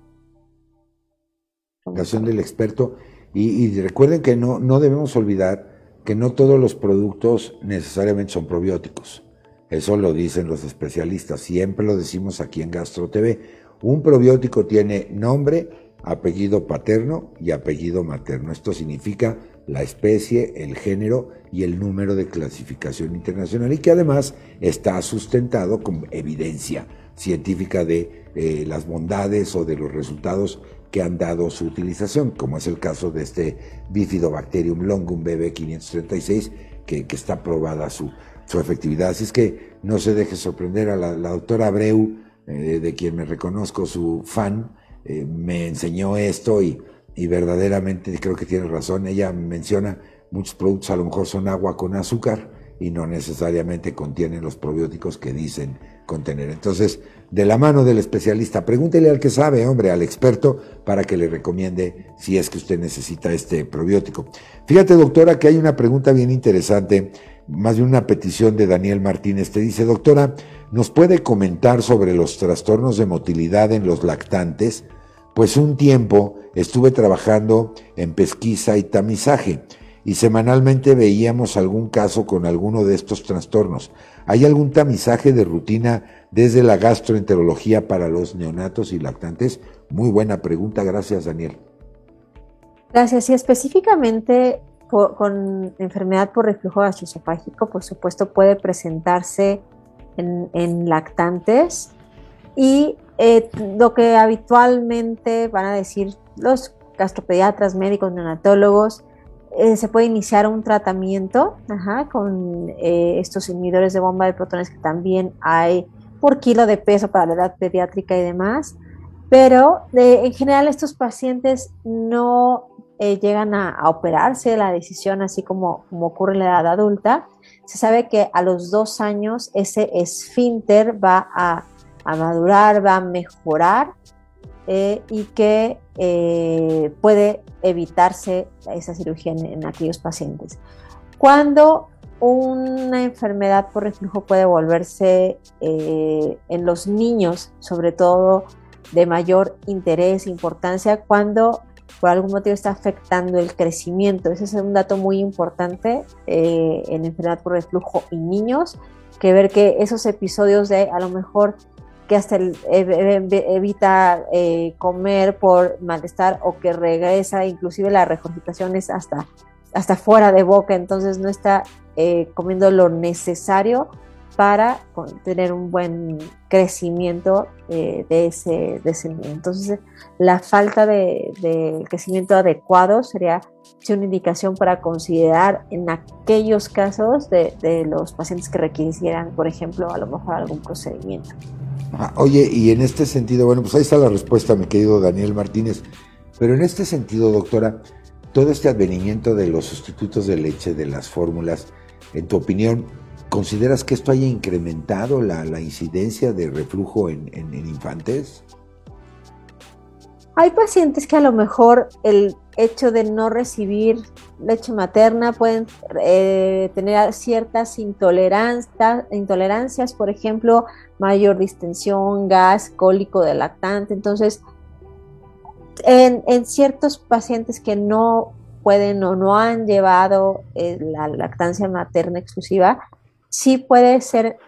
A: Del experto, y, y recuerden que no, no debemos olvidar que no todos los productos necesariamente son probióticos. Eso lo dicen los especialistas, siempre lo decimos aquí en Gastro T V. Un probiótico tiene nombre, apellido paterno y apellido materno. Esto significa la especie, el género y el número de clasificación internacional, y que además está sustentado con evidencia científica de eh, las bondades o de los resultados que han dado su utilización, como es el caso de este Bifidobacterium longum B B quinientos treinta y seis, que, que está probada su, su efectividad. Así es que no se deje sorprender. A la, la doctora Abreu, eh, de quien me reconozco su fan, eh, me enseñó esto y, y verdaderamente creo que tiene razón. Ella menciona muchos productos a lo mejor son agua con azúcar y no necesariamente contienen los probióticos que dicen contener. Entonces, de la mano del especialista, pregúntele al que sabe, hombre, al experto, para que le recomiende si es que usted necesita este probiótico. Fíjate, doctora, que hay una pregunta bien interesante, más bien una petición de Daniel Martínez. Te dice, doctora, ¿nos puede comentar sobre los trastornos de motilidad en los lactantes? Pues un tiempo estuve trabajando en pesquisa y tamizaje, y semanalmente veíamos algún caso con alguno de estos trastornos. ¿Hay algún tamizaje de rutina desde la gastroenterología para los neonatos y lactantes? Muy buena pregunta, gracias Daniel.
C: Gracias, y específicamente por, con enfermedad por reflujo gastroesofágico, por supuesto puede presentarse en, en lactantes, y eh, lo que habitualmente van a decir los gastropediatras, médicos, neonatólogos, Eh, se puede iniciar un tratamiento ajá, con eh, estos inhibidores de bomba de protones que también hay por kilo de peso para la edad pediátrica y demás, pero eh, en general estos pacientes no eh, llegan a, a operarse la decisión así como, como ocurre en la edad adulta. Se sabe que a los dos años ese esfínter va a, a madurar, va a mejorar, eh, y que eh, puede evitarse esa cirugía en, en aquellos pacientes. Cuando una enfermedad por reflujo puede volverse eh, en los niños, sobre todo de mayor interés e importancia, cuando por algún motivo está afectando el crecimiento. Ese es un dato muy importante eh, en enfermedad por reflujo en niños, que ver que esos episodios de a lo mejor que hasta el, evita eh, comer por malestar o que regresa, inclusive la regurgitación es hasta, hasta fuera de boca, entonces no está eh, comiendo lo necesario para tener un buen crecimiento eh, de, ese, de ese niño. Entonces, la falta de, de crecimiento adecuado sería sí, una indicación para considerar en aquellos casos de, de los pacientes que requirieran, por ejemplo, a lo mejor algún procedimiento.
A: Ah, oye, y en este sentido, bueno, pues ahí está la respuesta, mi querido Daniel Martínez, pero en este sentido, doctora, todo este advenimiento de los sustitutos de leche, de las fórmulas, en tu opinión, ¿consideras que esto haya incrementado la, la incidencia de reflujo en, en, en infantes?
C: Hay pacientes que a lo mejor el hecho de no recibir leche materna pueden eh, tener ciertas intolerancias, intolerancias, por ejemplo, mayor distensión, gas, cólico del lactante. Entonces, en, en ciertos pacientes que no pueden o no han llevado eh, la lactancia materna exclusiva, sí puede ser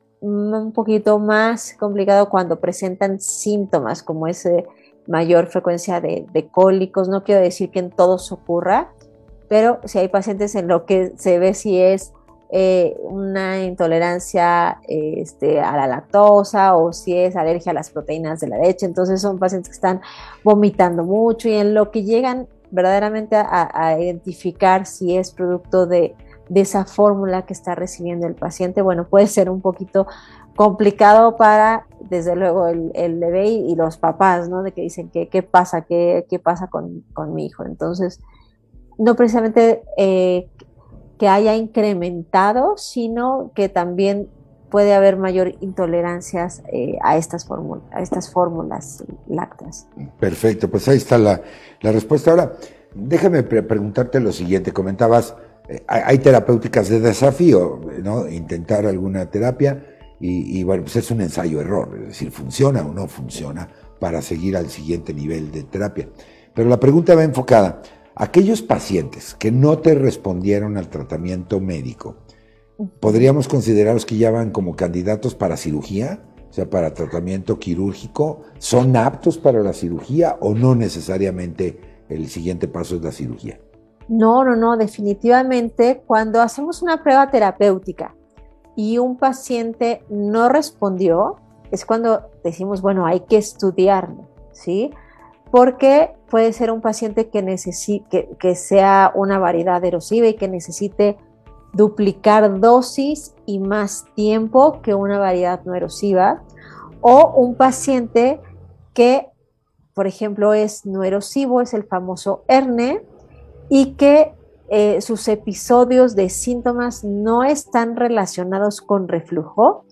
C: un poquito más complicado cuando presentan síntomas como ese mayor frecuencia de, de cólicos. No quiero decir que en todos ocurra, pero si hay pacientes en lo que se ve si es eh, una intolerancia eh, este, a la lactosa o si es alergia a las proteínas de la leche, entonces son pacientes que están vomitando mucho y en lo que llegan verdaderamente a, a identificar si es producto de, de esa fórmula que está recibiendo el paciente, bueno, puede ser un poquito complicado para, desde luego, el, el bebé y, y los papás, ¿no? De que dicen, ¿qué, qué pasa? ¿Qué, qué pasa con, con mi hijo? Entonces, no precisamente eh, que haya incrementado, sino que también puede haber mayor intolerancias eh, a, estas fórmulas, a estas fórmulas lácteas.
A: Perfecto, pues ahí está la, la respuesta. Ahora, déjame pre- preguntarte lo siguiente. Comentabas, eh, hay terapéuticas de desafío, ¿no? Intentar alguna terapia y, y bueno, pues es un ensayo-error, es decir, funciona o no funciona para seguir al siguiente nivel de terapia. Pero la pregunta va enfocada. Aquellos pacientes que no te respondieron al tratamiento médico, ¿podríamos considerarlos que ya van como candidatos para cirugía? O sea, para tratamiento quirúrgico. ¿Son aptos para la cirugía o no necesariamente el siguiente paso es la cirugía?
C: No, no, no, definitivamente cuando hacemos una prueba terapéutica y un paciente no respondió, es cuando decimos, bueno, hay que estudiarlo, ¿sí? Porque puede ser un paciente que, necesite, que, que sea una variedad erosiva y que necesite duplicar dosis y más tiempo que una variedad no erosiva, o un paciente que, por ejemplo, es no erosivo, es el famoso ERNE, y que eh, sus episodios de síntomas no están relacionados con reflujo,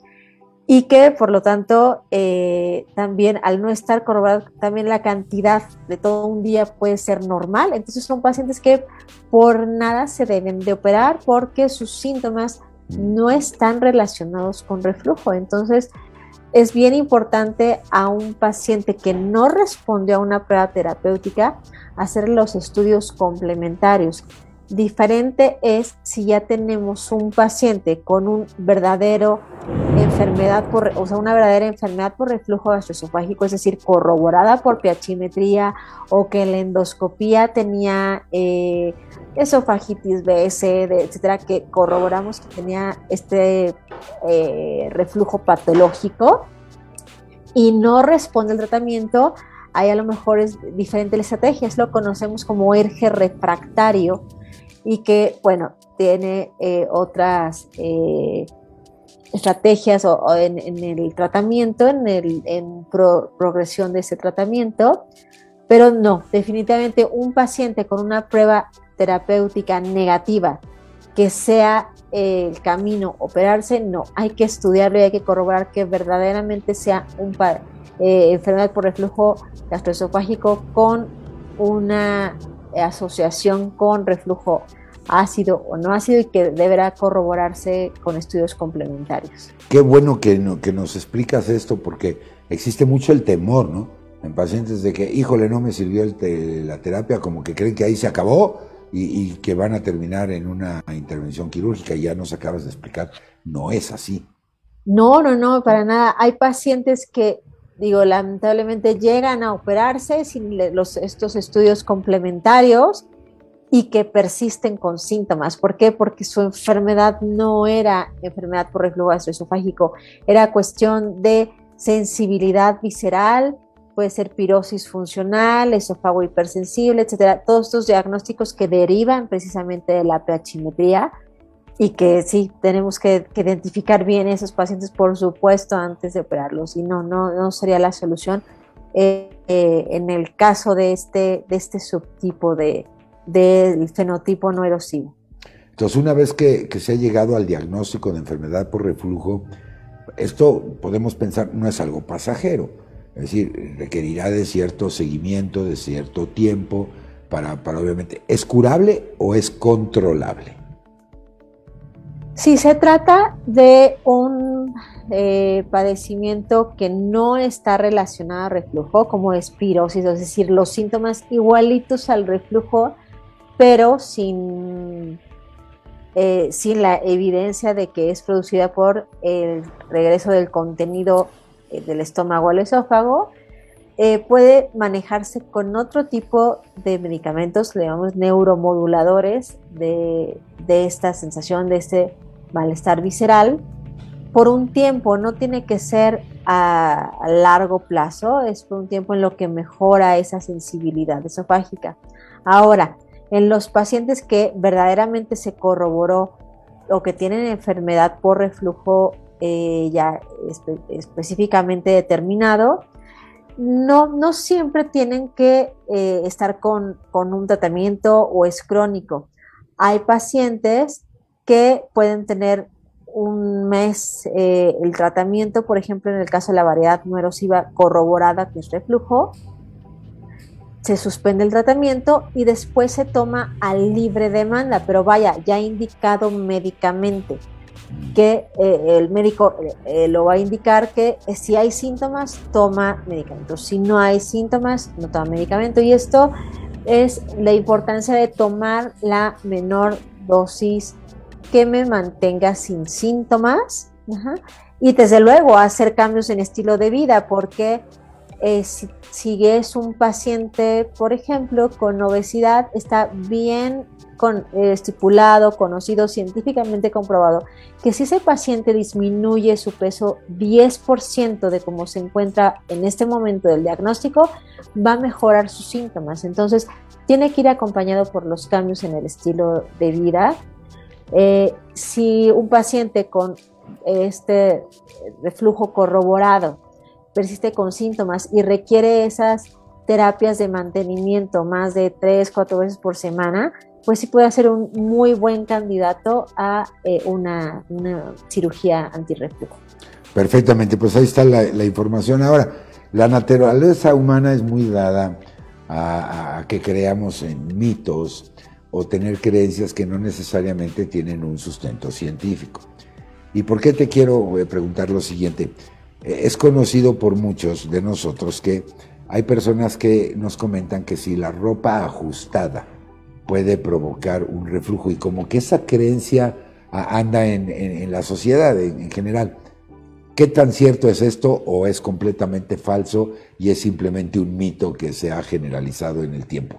C: y que por lo tanto eh, también al no estar corroborado también la cantidad de todo un día puede ser normal. Entonces son pacientes que por nada se deben de operar porque sus síntomas no están relacionados con reflujo. Entonces es bien importante a un paciente que no respondió a una prueba terapéutica hacer los estudios complementarios. Diferente es si ya tenemos un paciente con un verdadero enfermedad por, o sea, una verdadera enfermedad por reflujo gastroesofágico, es decir, corroborada por piachimetría o que la endoscopía tenía eh, esofagitis B S, de, etcétera, que corroboramos que tenía este eh, reflujo patológico y no responde al tratamiento. Ahí a lo mejor es diferente la estrategia, es lo conocemos como ERGE refractario y que, bueno, tiene eh, otras eh, estrategias o, o en, en el tratamiento, en, el, en pro, progresión de ese tratamiento, pero no, definitivamente un paciente con una prueba terapéutica negativa que sea eh, el camino operarse, no, hay que estudiarlo y hay que corroborar que verdaderamente sea un eh, enfermedad por reflujo gastroesofágico con una asociación con reflujo ácido o no ácido y que deberá corroborarse con estudios complementarios.
A: Qué bueno que, no, que nos explicas esto porque existe mucho el temor, ¿no? en pacientes de que, híjole, no me sirvió el te, la terapia, como que creen que ahí se acabó y, y que van a terminar en una intervención quirúrgica, y ya nos acabas de explicar, no es así.
C: No, no, no, para nada. Hay pacientes que, digo, lamentablemente llegan a operarse sin los, estos estudios complementarios y que persisten con síntomas. ¿Por qué? Porque su enfermedad no era enfermedad por reflujo gastroesofágico, era cuestión de sensibilidad visceral, puede ser pirosis funcional, esófago hipersensible, etcétera. Todos estos diagnósticos que derivan precisamente de la pH-metría, y que sí, tenemos que, que identificar bien esos pacientes, por supuesto, antes de operarlos, y no, no, no sería la solución eh, eh, en el caso de este, de este subtipo de, del fenotipo no erosivo.
A: Entonces, una vez que, que se ha llegado al diagnóstico de enfermedad por reflujo, esto podemos pensar no es algo pasajero, es decir, requerirá de cierto seguimiento, de cierto tiempo, para, para obviamente, ¿es curable o es controlable?
C: Si se trata de un eh, padecimiento que no está relacionado al reflujo, como es pirosis, es decir, los síntomas igualitos al reflujo, pero sin, eh, sin la evidencia de que es producida por el regreso del contenido eh, del estómago al esófago, eh, puede manejarse con otro tipo de medicamentos, le llamamos neuromoduladores de, de esta sensación, de este malestar visceral, por un tiempo. No tiene que ser a, a largo plazo, es por un tiempo en lo que mejora esa sensibilidad esofágica. Ahora, en los pacientes que verdaderamente se corroboró o que tienen enfermedad por reflujo eh, ya espe específicamente determinado, no, no siempre tienen que eh, estar con, con un tratamiento o es crónico. Hay pacientes que pueden tener un mes eh, el tratamiento, por ejemplo, en el caso de la variedad no erosiva corroborada, que es reflujo, se suspende el tratamiento y después se toma a libre demanda, pero vaya, ya indicado médicamente, que eh, el médico eh, lo va a indicar que eh, si hay síntomas, toma medicamento, si no hay síntomas, no toma medicamento, y esto es la importancia de tomar la menor dosis que me mantenga sin síntomas, ajá, y desde luego hacer cambios en estilo de vida, porque eh, si, si es un paciente, por ejemplo, con obesidad, está bien con, eh, estipulado, conocido, científicamente comprobado, que si ese paciente disminuye su peso diez por ciento de cómo se encuentra en este momento del diagnóstico, va a mejorar sus síntomas. Entonces, tiene que ir acompañado por los cambios en el estilo de vida. Eh, si un paciente con este reflujo corroborado persiste con síntomas y requiere esas terapias de mantenimiento más de tres, cuatro veces por semana, pues sí puede ser un muy buen candidato a eh, una, una cirugía antirreflujo.
A: Perfectamente, pues ahí está la, la información. Ahora, la naturaleza humana es muy dada a, a que creamos en mitos o tener creencias que no necesariamente tienen un sustento científico. ¿Y por qué te quiero preguntar lo siguiente? Es conocido por muchos de nosotros que hay personas que nos comentan que si la ropa ajustada puede provocar un reflujo, y como que esa creencia anda en, en, en la sociedad en, en general. ¿Qué tan cierto es esto o es completamente falso y es simplemente un mito que se ha generalizado en el tiempo?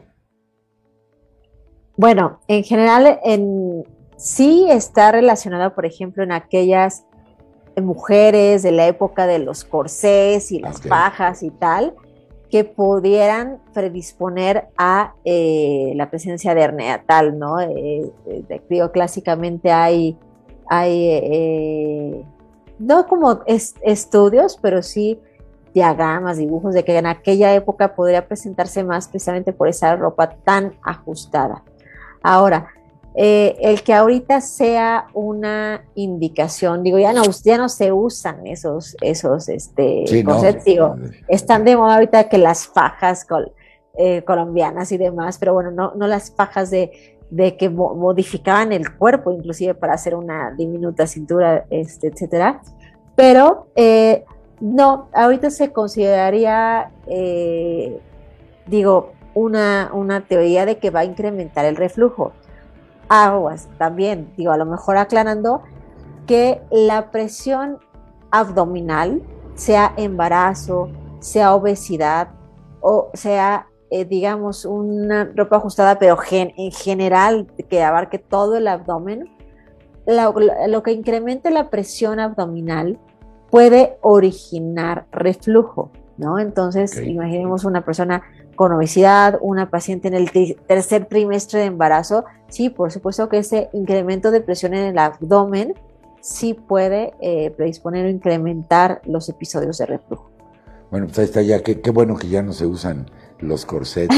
C: Bueno, en general en, sí está relacionado, por ejemplo, en aquellas mujeres de la época de los corsés y las okay. fajas y tal, que pudieran predisponer a eh, la presencia de hernia tal, ¿no? Eh, eh, digo, clásicamente hay, hay eh, no como es, estudios, pero sí diagramas, dibujos de que en aquella época podría presentarse más precisamente por esa ropa tan ajustada. Ahora, eh, el que ahorita sea una indicación, digo, ya no, ya no se usan esos, esos este,
A: sí,
C: corsets,
A: no.
C: digo, están de moda ahorita que las fajas col, eh, colombianas y demás, pero bueno, no, no las fajas de, de que mo modificaban el cuerpo, inclusive para hacer una diminuta cintura, este, etcétera. Pero eh, No, ahorita se consideraría, eh, digo, una, una teoría de que va a incrementar el reflujo. Aguas, también, digo, a lo mejor aclarando que la presión abdominal, sea embarazo, sea obesidad, o sea, eh, digamos, una ropa ajustada, pero gen, en general, que abarque todo el abdomen, la, lo que incremente la presión abdominal puede originar reflujo, ¿no? Entonces, okay. Imaginemos una persona con obesidad, una paciente en el tri- tercer trimestre de embarazo, sí, por supuesto que ese incremento de presión en el abdomen sí puede eh, predisponer o incrementar los episodios de reflujo.
A: Bueno, pues ahí está ya, qué, qué bueno que ya no se usan los corsets.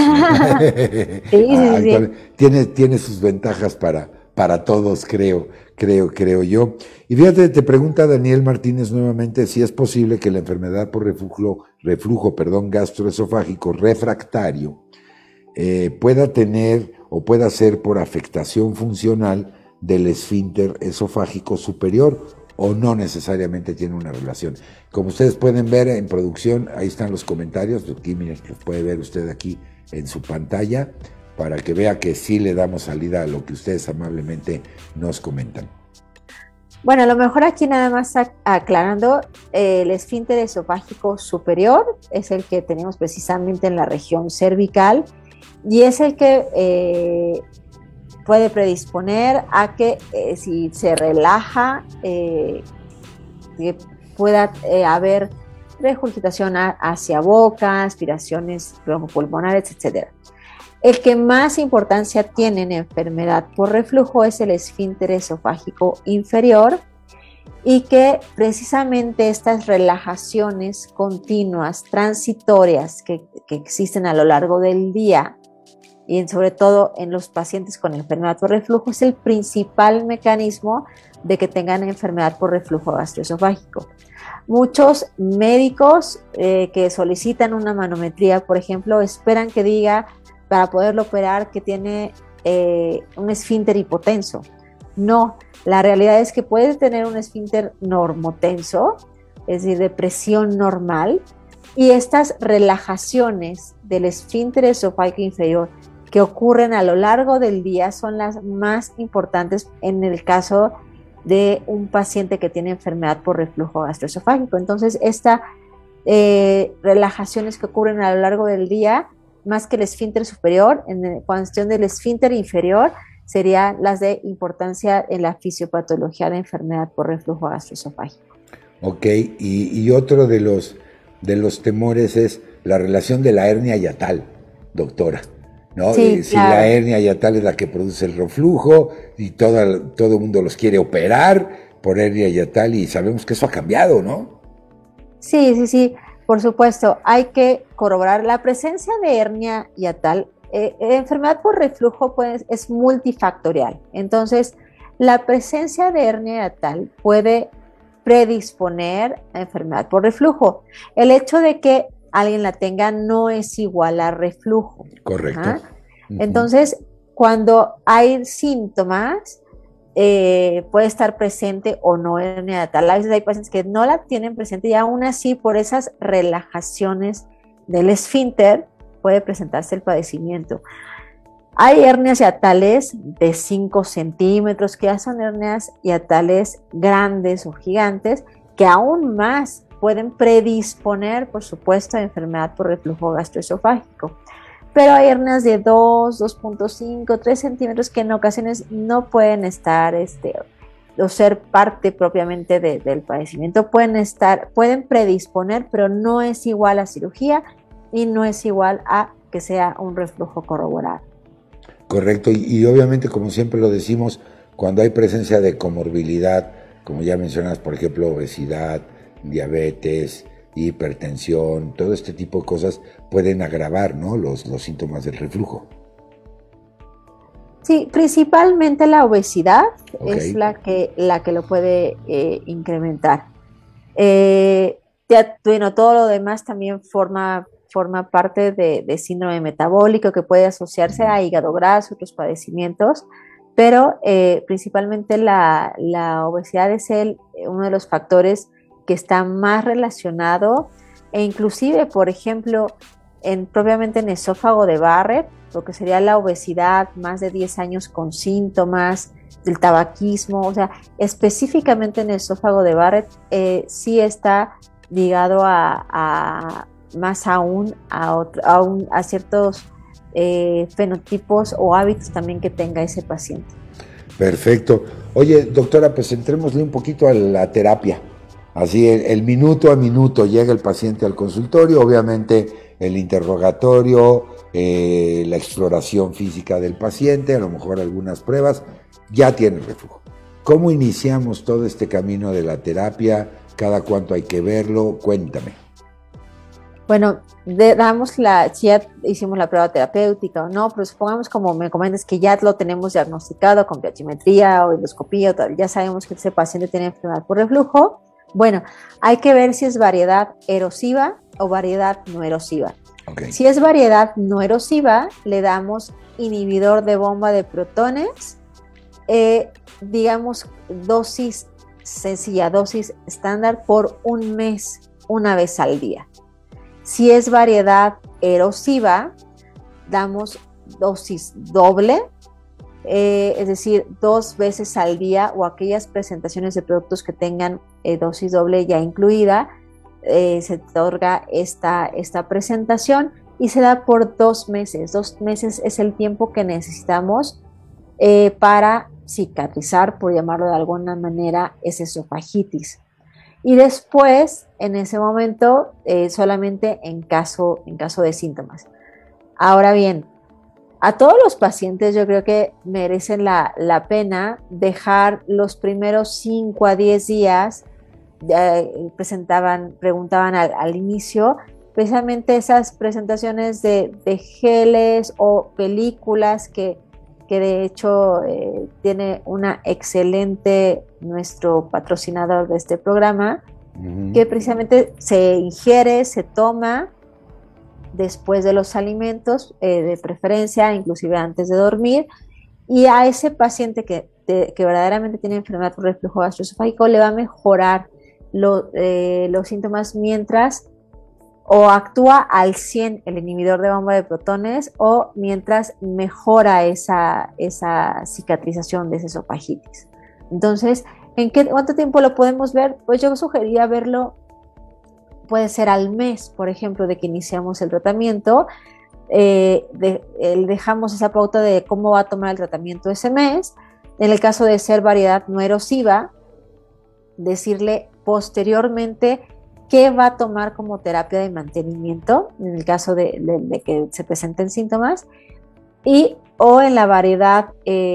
C: sí, sí, sí.
A: Tiene, tiene sus ventajas para, para todos, creo, creo, creo yo. Y fíjate, te pregunta Daniel Martínez nuevamente si es posible que la enfermedad por reflujo, reflujo perdón, gastroesofágico refractario eh, pueda tener o pueda ser por afectación funcional del esfínter esofágico superior, o no necesariamente tiene una relación. Como ustedes pueden ver en producción, ahí están los comentarios, aquí miren, los puede ver usted aquí en su pantalla, para que vea que sí le damos salida a lo que ustedes amablemente nos comentan.
C: Bueno, a lo mejor aquí nada más aclarando, eh, el esfínter esofágico superior es el que tenemos precisamente en la región cervical y es el que eh, puede predisponer a que eh, si se relaja eh, que pueda eh, haber regurgitación a, hacia boca, aspiraciones broncopulmonares, etcétera. El que más importancia tiene en enfermedad por reflujo es el esfínter esofágico inferior y que precisamente estas relajaciones continuas, transitorias que, que existen a lo largo del día y en, sobre todo en los pacientes con enfermedad por reflujo es el principal mecanismo de que tengan enfermedad por reflujo gastroesofágico. Muchos médicos eh, que solicitan una manometría, por ejemplo, esperan que diga para poderlo operar que tiene eh, un esfínter hipotenso. No, la realidad es que puede tener un esfínter normotenso, es decir, de presión normal, y estas relajaciones del esfínter esofágico inferior que ocurren a lo largo del día son las más importantes en el caso de un paciente que tiene enfermedad por reflujo gastroesofágico. Entonces, estas eh, relajaciones que ocurren a lo largo del día, más que el esfínter superior, en cuestión del esfínter inferior, serían las de importancia en la fisiopatología de enfermedad por reflujo gastroesofágico.
A: Ok, y, y otro de los, de los temores es la relación de la hernia hiatal, doctora, ¿no?
C: Sí,
A: eh, si
C: claro.
A: La hernia hiatal es la que produce el reflujo y todo, todo el mundo los quiere operar por hernia hiatal y sabemos que eso ha cambiado, ¿no?
C: Sí, sí, sí. Por supuesto, hay que corroborar la presencia de hernia hiatal. Eh, enfermedad por reflujo pues, es multifactorial. Entonces, la presencia de hernia hiatal puede predisponer a enfermedad por reflujo. El hecho de que alguien la tenga no es igual a reflujo.
A: Correcto.
C: ¿Ah? Uh-huh. Entonces, cuando hay síntomas, Eh, puede estar presente o no hernia hiatal. A veces hay pacientes que no la tienen presente y aún así por esas relajaciones del esfínter puede presentarse el padecimiento. Hay hernias hiatales de cinco centímetros que ya son hernias hiatales grandes o gigantes que aún más pueden predisponer, por supuesto, a enfermedad por reflujo gastroesofágico. Pero hay hernias de dos, dos punto cinco, tres centímetros que en ocasiones no pueden estar, este, o ser parte propiamente de, del padecimiento, pueden estar, pueden predisponer, pero no es igual a cirugía y no es igual a que sea un reflujo corroborado.
A: Correcto, y, y obviamente, como siempre lo decimos, cuando hay presencia de comorbilidad, como ya mencionas, por ejemplo, obesidad, diabetes, hipertensión, todo este tipo de cosas pueden agravar, ¿no? los, los síntomas del reflujo.
C: Sí, principalmente la obesidad
A: okay.
C: es la que, la que lo puede eh, incrementar. Eh, ya, bueno, todo lo demás también forma, forma parte de, de síndrome metabólico que puede asociarse a hígado graso, otros padecimientos, pero eh, principalmente la, la obesidad es el, uno de los factores que está más relacionado, e inclusive, por ejemplo, en, propiamente en esófago de Barrett, lo que sería la obesidad, más de diez años con síntomas, del tabaquismo, o sea, específicamente en el esófago de Barrett, eh, sí está ligado a, a más aún a, otro, a, un, a ciertos eh, fenotipos o hábitos también que tenga ese paciente.
A: Perfecto. Oye, doctora, pues entrémosle un poquito a la terapia. Así, el, el minuto a minuto llega el paciente al consultorio, obviamente el interrogatorio, eh, la exploración física del paciente, a lo mejor algunas pruebas, ya tiene reflujo. ¿Cómo iniciamos todo este camino de la terapia? ¿Cada cuánto hay que verlo? Cuéntame.
C: Bueno, de, damos la, si ya hicimos la prueba terapéutica o no, pero supongamos, como me comentas, que ya lo tenemos diagnosticado con pH-metría o endoscopía, ya sabemos que ese paciente tiene enfermedad por reflujo. Bueno, hay que ver si es variedad erosiva o variedad no erosiva.
A: Okay.
C: Si es variedad no erosiva, le damos inhibidor de bomba de protones, eh, digamos dosis sencilla, dosis estándar por un mes, una vez al día. Si es variedad erosiva, damos dosis doble, eh, es decir, dos veces al día, o aquellas presentaciones de productos que tengan eh, dosis doble ya incluida, eh, se otorga esta, esta presentación y se da por dos meses. Dos meses es el tiempo que necesitamos eh, para cicatrizar, por llamarlo de alguna manera, esa esofagitis. Y después, en ese momento, eh, solamente en caso, en caso de síntomas. Ahora bien, a todos los pacientes yo creo que merecen la, la pena dejar los primeros cinco a diez días, eh, presentaban, preguntaban al, al inicio, precisamente esas presentaciones de, de geles o películas que, que de hecho eh, tiene una excelente, nuestro patrocinador de este programa, uh-huh. que precisamente se ingiere, se toma después de los alimentos, eh, de preferencia, inclusive antes de dormir, y a ese paciente que, de, que verdaderamente tiene enfermedad por reflujo gastroesofágico le va a mejorar lo, eh, los síntomas mientras o actúa al cien el inhibidor de bomba de protones o mientras mejora esa, esa cicatrización de esa esofagitis. Entonces, ¿en qué, cuánto tiempo lo podemos ver? Pues yo sugeriría verlo, puede ser al mes, por ejemplo, de que iniciamos el tratamiento. Eh, de, eh, dejamos esa pauta de cómo va a tomar el tratamiento ese mes. En el caso de ser variedad no erosiva, decirle posteriormente qué va a tomar como terapia de mantenimiento en el caso de, de, de que se presenten síntomas, y o en la variedad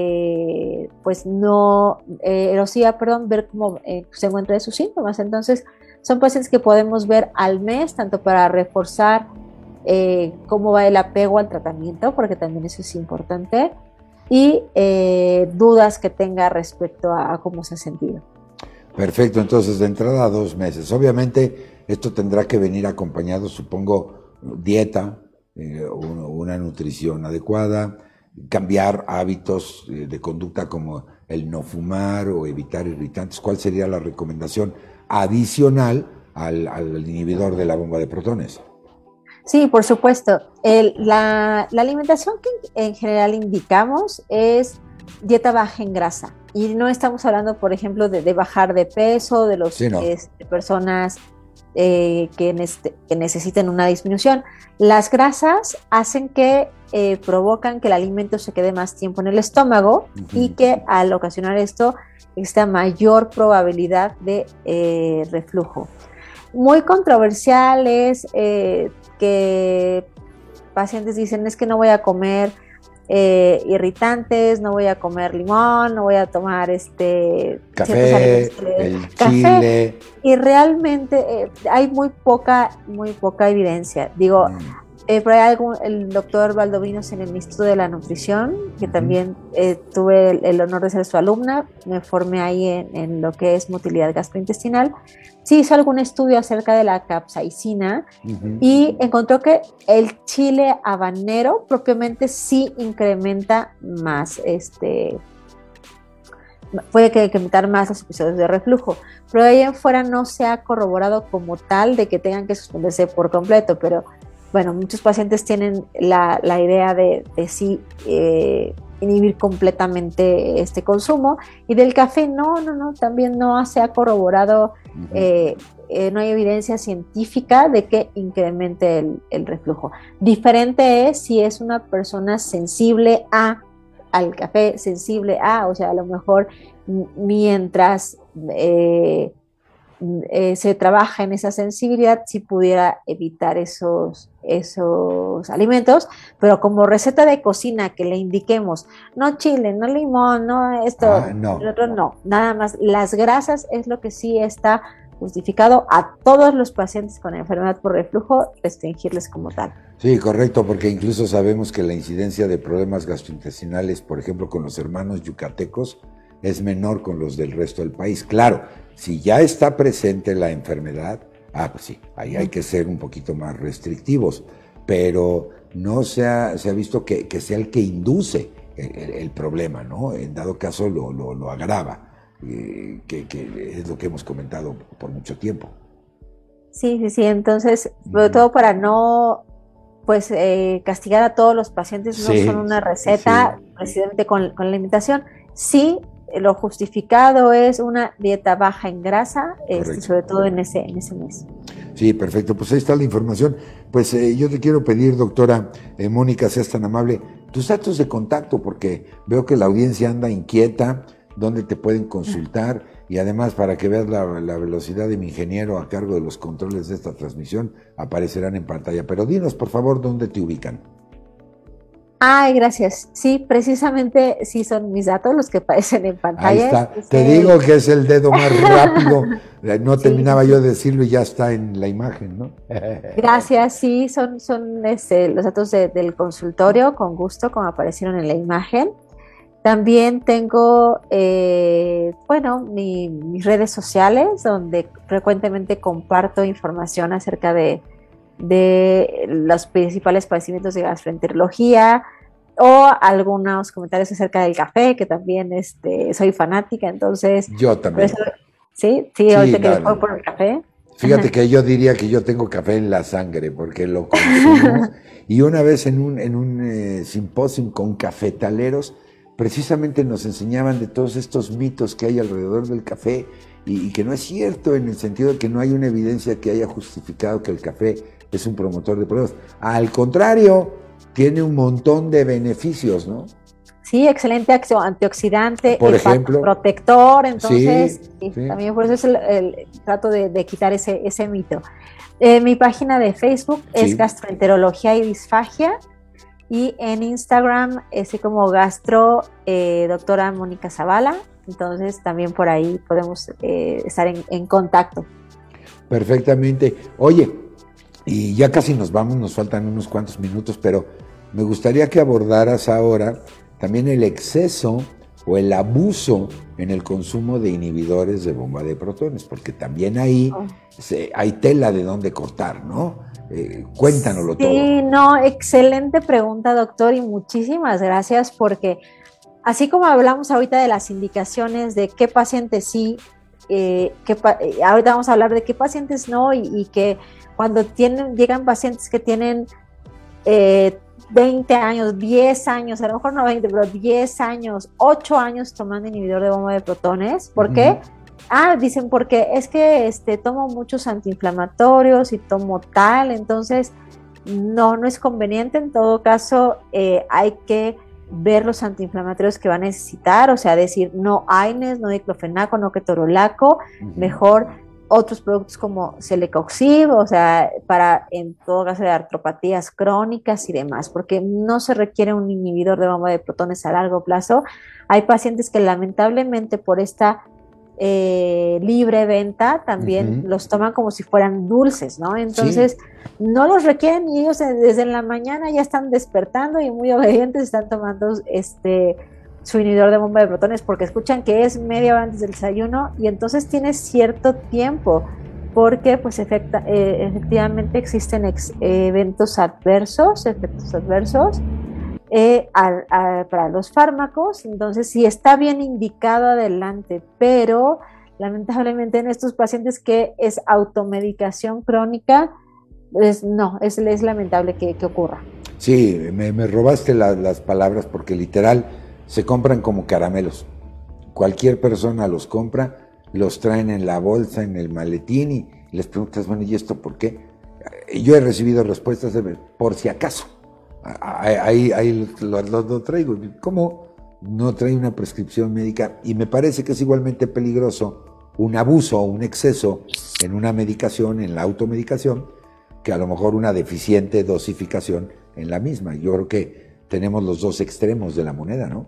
C: eh, pues no eh, erosiva, perdón, ver cómo eh, se encuentran sus síntomas. Entonces son pacientes que podemos ver al mes, tanto para reforzar eh, cómo va el apego al tratamiento, porque también eso es importante, y eh, dudas que tenga respecto a, a cómo se ha sentido.
A: Perfecto, entonces de entrada a dos meses. Obviamente esto tendrá que venir acompañado, supongo, dieta, eh, una nutrición adecuada, cambiar hábitos eh, de conducta como el no fumar o evitar irritantes. ¿Cuál sería la recomendación adicional al, al inhibidor de la bomba de protones?
C: Sí, por supuesto. El, la, la alimentación que en general indicamos es dieta baja en grasa. Y no estamos hablando, por ejemplo, de, de bajar de peso, de las sí, no. este, personas eh, que, nece- que necesiten una disminución. Las grasas hacen que eh, provocan que el alimento se quede más tiempo en el estómago, uh-huh. y que al ocasionar esto, exista mayor probabilidad de eh, reflujo. Muy controversial es eh, que pacientes dicen, es que no voy a comer Eh, irritantes, no voy a comer limón, no voy a tomar este
A: café, el café, chile.
C: Y realmente eh, hay muy poca, muy poca evidencia. Digo, mm. eh, por ahí algún, el doctor Valdovinos en el Instituto de la Nutrición, que mm. también eh, tuve el, el honor de ser su alumna, me formé ahí en, en lo que es motilidad gastrointestinal. Sí hizo algún estudio acerca de la capsaicina, uh-huh. y encontró que el chile habanero propiamente sí incrementa más este puede que incrementar más los episodios de reflujo, pero de ahí en fuera no se ha corroborado como tal de que tengan que suspenderse por completo, pero bueno, muchos pacientes tienen la, la idea de, de sí eh, inhibir completamente este consumo, y del café no, no, no, también no se ha corroborado, uh-huh. eh, eh, no hay evidencia científica de que incremente el, el reflujo. Diferente es si es una persona sensible a al café, sensible a, o sea, a lo mejor mientras eh, eh, se trabaja en esa sensibilidad, si pudiera evitar esos, esos alimentos, pero como receta de cocina que le indiquemos, no chile, no limón, no esto,
A: ah, no.
C: el otro no, nada más, las grasas es lo que sí está justificado a todos los pacientes con enfermedad por reflujo, restringirles como tal.
A: Sí, correcto, porque incluso sabemos que la incidencia de problemas gastrointestinales, por ejemplo, con los hermanos yucatecos, es menor con los del resto del país. Claro, si ya está presente la enfermedad, ah, pues sí, ahí hay que ser un poquito más restrictivos, pero no se ha, se ha visto que, que sea el que induce el, el, el problema, ¿no? En dado caso lo, lo, lo agrava. Eh, que, que es lo que hemos comentado por mucho tiempo.
C: Sí, sí, sí, entonces, sobre uh-huh. todo para no pues eh, castigar a todos los pacientes, no sí, son una receta sí. precisamente con, con la limitación. Sí, lo justificado es una dieta baja en grasa, este, sobre todo en ese, en ese mes.
A: Sí, perfecto, pues ahí está la información. Pues eh, yo te quiero pedir, doctora eh, Mónica, seas tan amable, tus datos de contacto, porque veo que la audiencia anda inquieta, dónde te pueden consultar, y además para que veas la, la velocidad de mi ingeniero a cargo de los controles de esta transmisión, aparecerán en pantalla. Pero dinos, por favor, dónde te ubican.
C: Ay, gracias. Sí, precisamente sí son mis datos los que aparecen en pantalla.
A: Ahí está.
C: Es
A: te
C: el...
A: digo que es el dedo más rápido. No
C: sí,
A: terminaba
C: sí.
A: yo de decirlo y ya está en la imagen, ¿no?
C: Gracias, sí, son, son este, los datos de, del consultorio, con gusto, como aparecieron en la imagen. También tengo, eh, bueno, mi, mis redes sociales, donde frecuentemente comparto información acerca de, de los principales padecimientos de gastroenterología, o algunos comentarios acerca del café, que también este, soy fanática, entonces...
A: Yo también.
C: Eso, sí, sí, sí, ahorita no, que me puedo por el café.
A: Fíjate que yo diría que yo tengo café en la sangre, porque lo consumo. Y una vez en un, en un eh, simposio con cafetaleros, precisamente nos enseñaban de todos estos mitos que hay alrededor del café y, y que no es cierto, en el sentido de que no hay una evidencia que haya justificado que el café es un promotor de problemas. Al contrario, tiene un montón de beneficios, ¿no?
C: Sí, excelente antioxidante,
A: por ejemplo,
C: protector, entonces
A: sí,
C: sí,
A: sí.
C: también por eso es el, el trato de, de quitar ese, ese mito. Eh, mi página de Facebook sí. es Gastroenterología y Disfagia. Y en Instagram, así como gastro, eh, doctora Mónica Zavala. Entonces también por ahí podemos eh, estar en, en contacto.
A: Perfectamente. Oye, y ya casi nos vamos, nos faltan unos cuantos minutos, pero me gustaría que abordaras ahora también el exceso o el abuso en el consumo de inhibidores de bomba de protones, porque también ahí oh. se, hay tela de dónde cortar, ¿no? Eh, cuéntanoslo
C: sí,
A: todo.
C: Sí, no, excelente pregunta, doctor, y muchísimas gracias, porque así como hablamos ahorita de las indicaciones de qué pacientes sí, eh, qué pa- ahorita vamos a hablar de qué pacientes no, y, y que cuando tienen, llegan pacientes que tienen eh, veinte años, diez años, a lo mejor no veinte, pero diez años, ocho años tomando inhibidor de bomba de protones, ¿por qué? Uh-huh. Ah, dicen porque es que este, tomo muchos antiinflamatorios y tomo tal, entonces no, no es conveniente. En todo caso, eh, hay que ver los antiinflamatorios que va a necesitar, o sea, decir no A I N E S, no diclofenaco, no ketorolaco, uh-huh. mejor otros productos como Celecoxib, o sea, para en todo caso de artropatías crónicas y demás, porque no se requiere un inhibidor de bomba de protones a largo plazo. Hay pacientes que lamentablemente por esta Eh, libre venta también uh-huh. los toman como si fueran dulces, ¿no? Entonces sí. no los requieren y ellos desde la mañana ya están despertando y muy obedientes están tomando este su inhibidor de bomba de protones porque escuchan que es media hora antes del desayuno y entonces tiene cierto tiempo porque pues efecta, eh, efectivamente existen ex, eh, eventos adversos, efectos adversos eh, a, a, para los fármacos. Entonces, si está bien indicado, adelante, pero lamentablemente en estos pacientes que es automedicación crónica, es, no, es, es lamentable que, que ocurra.
A: Sí, me, me robaste la, las palabras porque literal se compran como caramelos. Cualquier persona los compra, los traen en la bolsa, en el maletín y les preguntas, bueno, ¿y esto por qué? Yo he recibido respuestas de por si acaso. Ahí, ahí lo, lo, lo traigo. ¿Cómo no trae una prescripción médica? Y me parece que es igualmente peligroso un abuso o un exceso en una medicación, en la automedicación, que a lo mejor una deficiente dosificación en la misma. Yo creo que tenemos los dos extremos de la moneda, ¿no?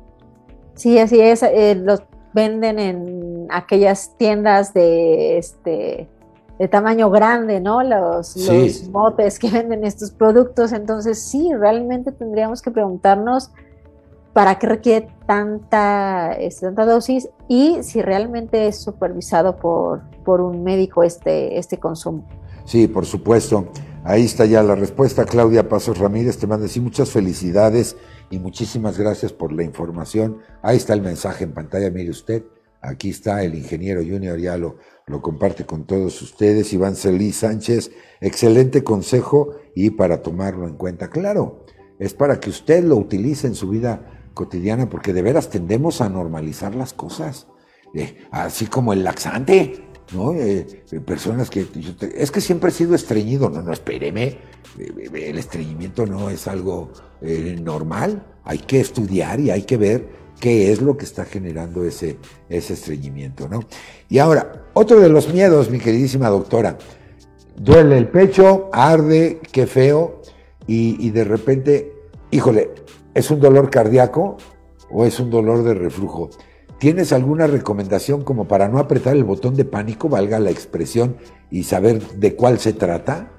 C: Sí, así es. Eh, los venden en aquellas tiendas de este de tamaño grande, ¿no? Los, sí. los botes que venden estos productos. Entonces, sí, realmente tendríamos que preguntarnos para qué requiere tanta, este, tanta dosis y si realmente es supervisado por, por un médico este, este consumo.
A: Sí, por supuesto. Ahí está ya la respuesta. Claudia Pasos Ramírez te manda decir muchas felicidades y muchísimas gracias por la información. Ahí está el mensaje en pantalla, mire usted. Aquí está el ingeniero Junior, ya lo, lo comparte con todos ustedes. Iván Celí Sánchez, excelente consejo y para tomarlo en cuenta. Claro, es para que usted lo utilice en su vida cotidiana porque de veras tendemos a normalizar las cosas. Eh, así como el laxante. ¿No? Eh, eh, personas que yo te, es que siempre he sido estreñido. No, no, espéreme, eh, el estreñimiento no es algo eh, normal. Hay que estudiar y hay que ver qué es lo que está generando ese, ese estreñimiento, ¿no? Y ahora, otro de los miedos, mi queridísima doctora, duele el pecho, arde, qué feo, y, y de repente, híjole, ¿es un dolor cardíaco o es un dolor de reflujo? ¿Tienes alguna recomendación como para no apretar el botón de pánico, valga la expresión, y saber de cuál se trata?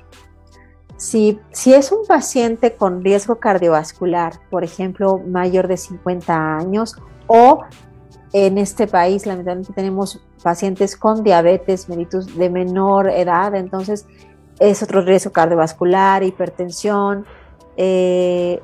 C: Sí, si es un paciente con riesgo cardiovascular, por ejemplo, mayor de cincuenta años, o en este país lamentablemente tenemos pacientes con diabetes mellitus de menor edad, entonces es otro riesgo cardiovascular, hipertensión, eh,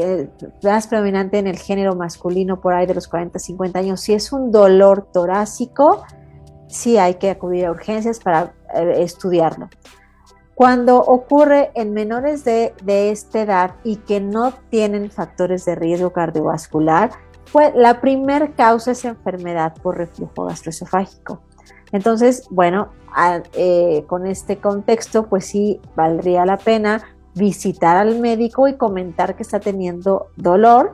C: más predominante en el género masculino por ahí de los cuarenta a cincuenta años. Si es un dolor torácico, sí hay que acudir a urgencias para eh, estudiarlo. Cuando ocurre en menores de, de esta edad y que no tienen factores de riesgo cardiovascular, pues la primer causa es enfermedad por reflujo gastroesofágico. Entonces, bueno, a, eh, con este contexto, pues sí valdría la pena visitar al médico y comentar que está teniendo dolor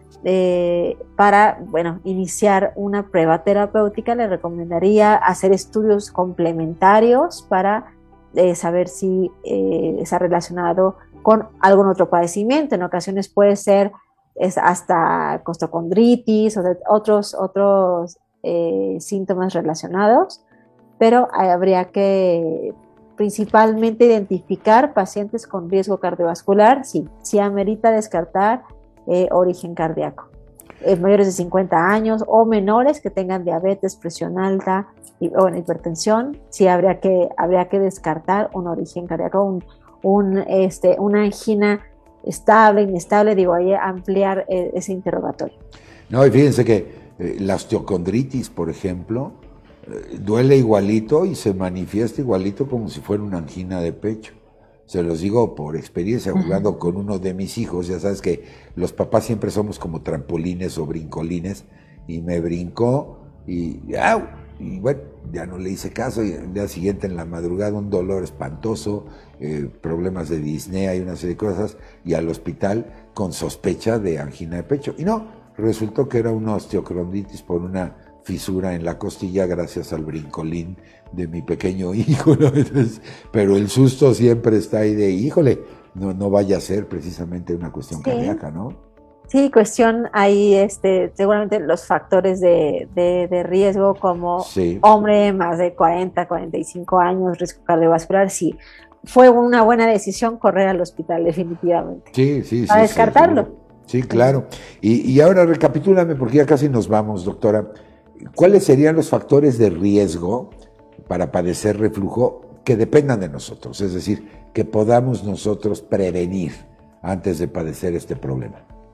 C: eh, para, bueno, iniciar una prueba terapéutica. Le recomendaría hacer estudios complementarios para eh, saber si eh, está relacionado con algún otro padecimiento. En ocasiones puede ser es hasta costocondritis o de otros, otros eh, síntomas relacionados, pero habría que principalmente identificar pacientes con riesgo cardiovascular, sí, sí amerita descartar eh, origen cardíaco. Eh, mayores de cincuenta años o menores que tengan diabetes, presión alta y, o hipertensión, sí habría que, habría que descartar un origen cardíaco, un, un, este, una angina estable, inestable, digo, ahí ampliar eh, ese interrogatorio.
A: No, y fíjense que eh, la osteocondritis, por ejemplo, duele igualito y se manifiesta igualito como si fuera una angina de pecho. Se los digo por experiencia, jugando uh-huh. con uno de mis hijos. Ya sabes que los papás siempre somos como trampolines o brincolines, y me brincó y ¡au! Y bueno, ya no le hice caso, y el día siguiente en la madrugada un dolor espantoso, eh, problemas de disnea y una serie de cosas, y al hospital con sospecha de angina de pecho. Y no, resultó que era una osteocondritis por una fisura en la costilla gracias al brincolín de mi pequeño hijo, ¿no? Entonces, pero el susto siempre está ahí de, híjole, no, no vaya a ser precisamente una cuestión sí. cardíaca, ¿no?
C: Sí, cuestión ahí, este, seguramente los factores de, de, de riesgo como sí. hombre más de cuarenta, cuarenta y cinco años, riesgo cardiovascular, sí. Fue una buena decisión correr al hospital, definitivamente.
A: Sí, sí, sí.
C: Para descartarlo.
A: Sí, sí claro. Y, y ahora recapitúlame, porque ya casi nos vamos, doctora. ¿Cuáles serían los factores de riesgo para padecer reflujo que dependan de nosotros? Es decir, que podamos nosotros prevenir antes de padecer este problema.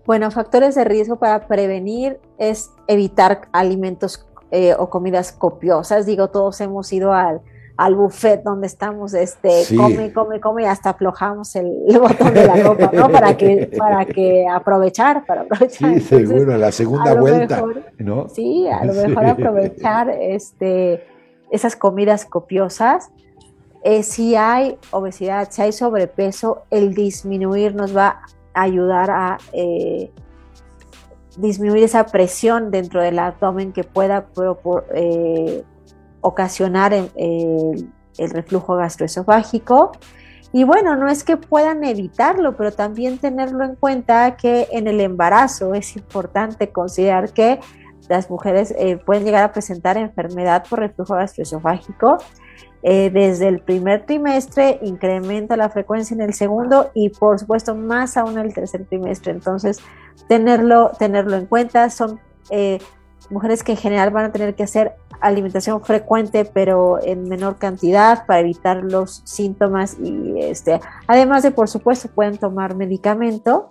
C: Bueno, factores de riesgo para prevenir es evitar alimentos eh, o comidas copiosas. Digo, todos hemos ido al, al buffet donde estamos, este,
A: Sí.
C: come, come, come y hasta aflojamos el, el botón de la ropa, ¿no? Para que, para que aprovechar, para aprovechar.
A: Sí,
C: Entonces,
A: seguro, la segunda
C: a lo
A: vuelta,
C: mejor,
A: ¿no?
C: Sí, a lo
A: Sí.
C: mejor aprovechar este, esas comidas copiosas. Eh, si hay obesidad, si hay sobrepeso, el disminuir nos va a ayudar a eh, disminuir esa presión dentro del abdomen que pueda propor, eh, ocasionar el, el, el reflujo gastroesofágico. Y bueno, no es que puedan evitarlo, pero también tenerlo en cuenta que en el embarazo es importante considerar que las mujeres eh, pueden llegar a presentar enfermedad por reflujo gastroesofágico. Eh, desde el primer trimestre incrementa la frecuencia en el segundo y por supuesto más aún en el tercer trimestre. Entonces, tenerlo, tenerlo en cuenta. Son eh, mujeres que en general van a tener que hacer alimentación frecuente, pero en menor cantidad para evitar los síntomas y este, además de, por supuesto, pueden tomar medicamento,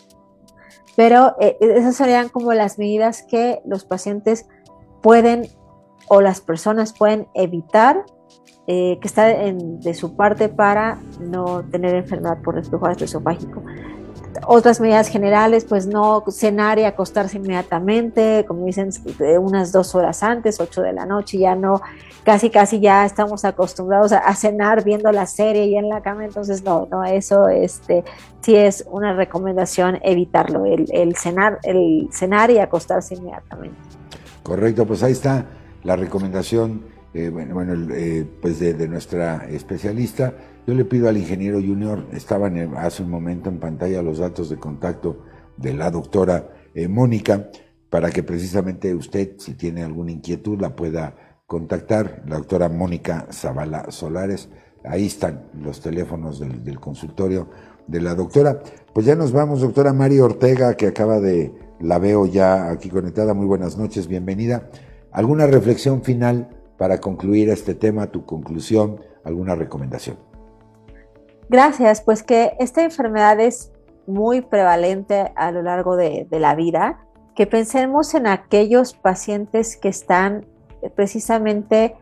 C: pero eh, esas serían como las medidas que los pacientes pueden o las personas pueden evitar, eh, que está en, de su parte para no tener enfermedad por reflujo gastroesofágico. Otras medidas generales, pues no cenar y acostarse inmediatamente, como dicen, unas dos horas antes, ocho de la noche, ya no, casi casi ya estamos acostumbrados a, a cenar viendo la serie y en la cama, entonces no, no, eso este, sí es una recomendación evitarlo, el, el, cenar, el cenar y acostarse inmediatamente.
A: Correcto, pues ahí está la recomendación eh, bueno, bueno, eh, pues de, de nuestra especialista. Yo le pido al ingeniero Junior, estaban en, hace un momento en pantalla los datos de contacto de la doctora eh, Mónica, para que precisamente usted, si tiene alguna inquietud, la pueda contactar. La doctora Mónica Zavala Solares, ahí están los teléfonos del, del consultorio de la doctora. Pues ya nos vamos, doctora Mari Ortega, que acaba de, la veo ya aquí conectada. Muy buenas noches, bienvenida. ¿Alguna reflexión final para concluir este tema, tu conclusión, alguna recomendación?
C: Gracias, pues que esta enfermedad es muy prevalente a lo largo de, de la vida, que pensemos en aquellos pacientes que están precisamente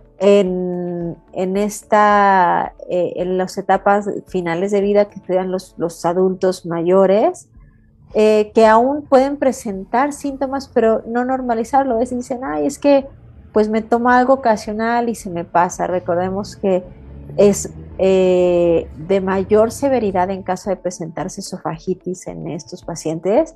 C: en, en, esta, eh, en las etapas finales de vida, que sean los, los adultos mayores, eh, que aún pueden presentar síntomas, pero no normalizarlo. Es, dicen, ay, es que pues me tomo algo ocasional y se me pasa. Recordemos que es eh, de mayor severidad en caso de presentarse esofagitis en estos pacientes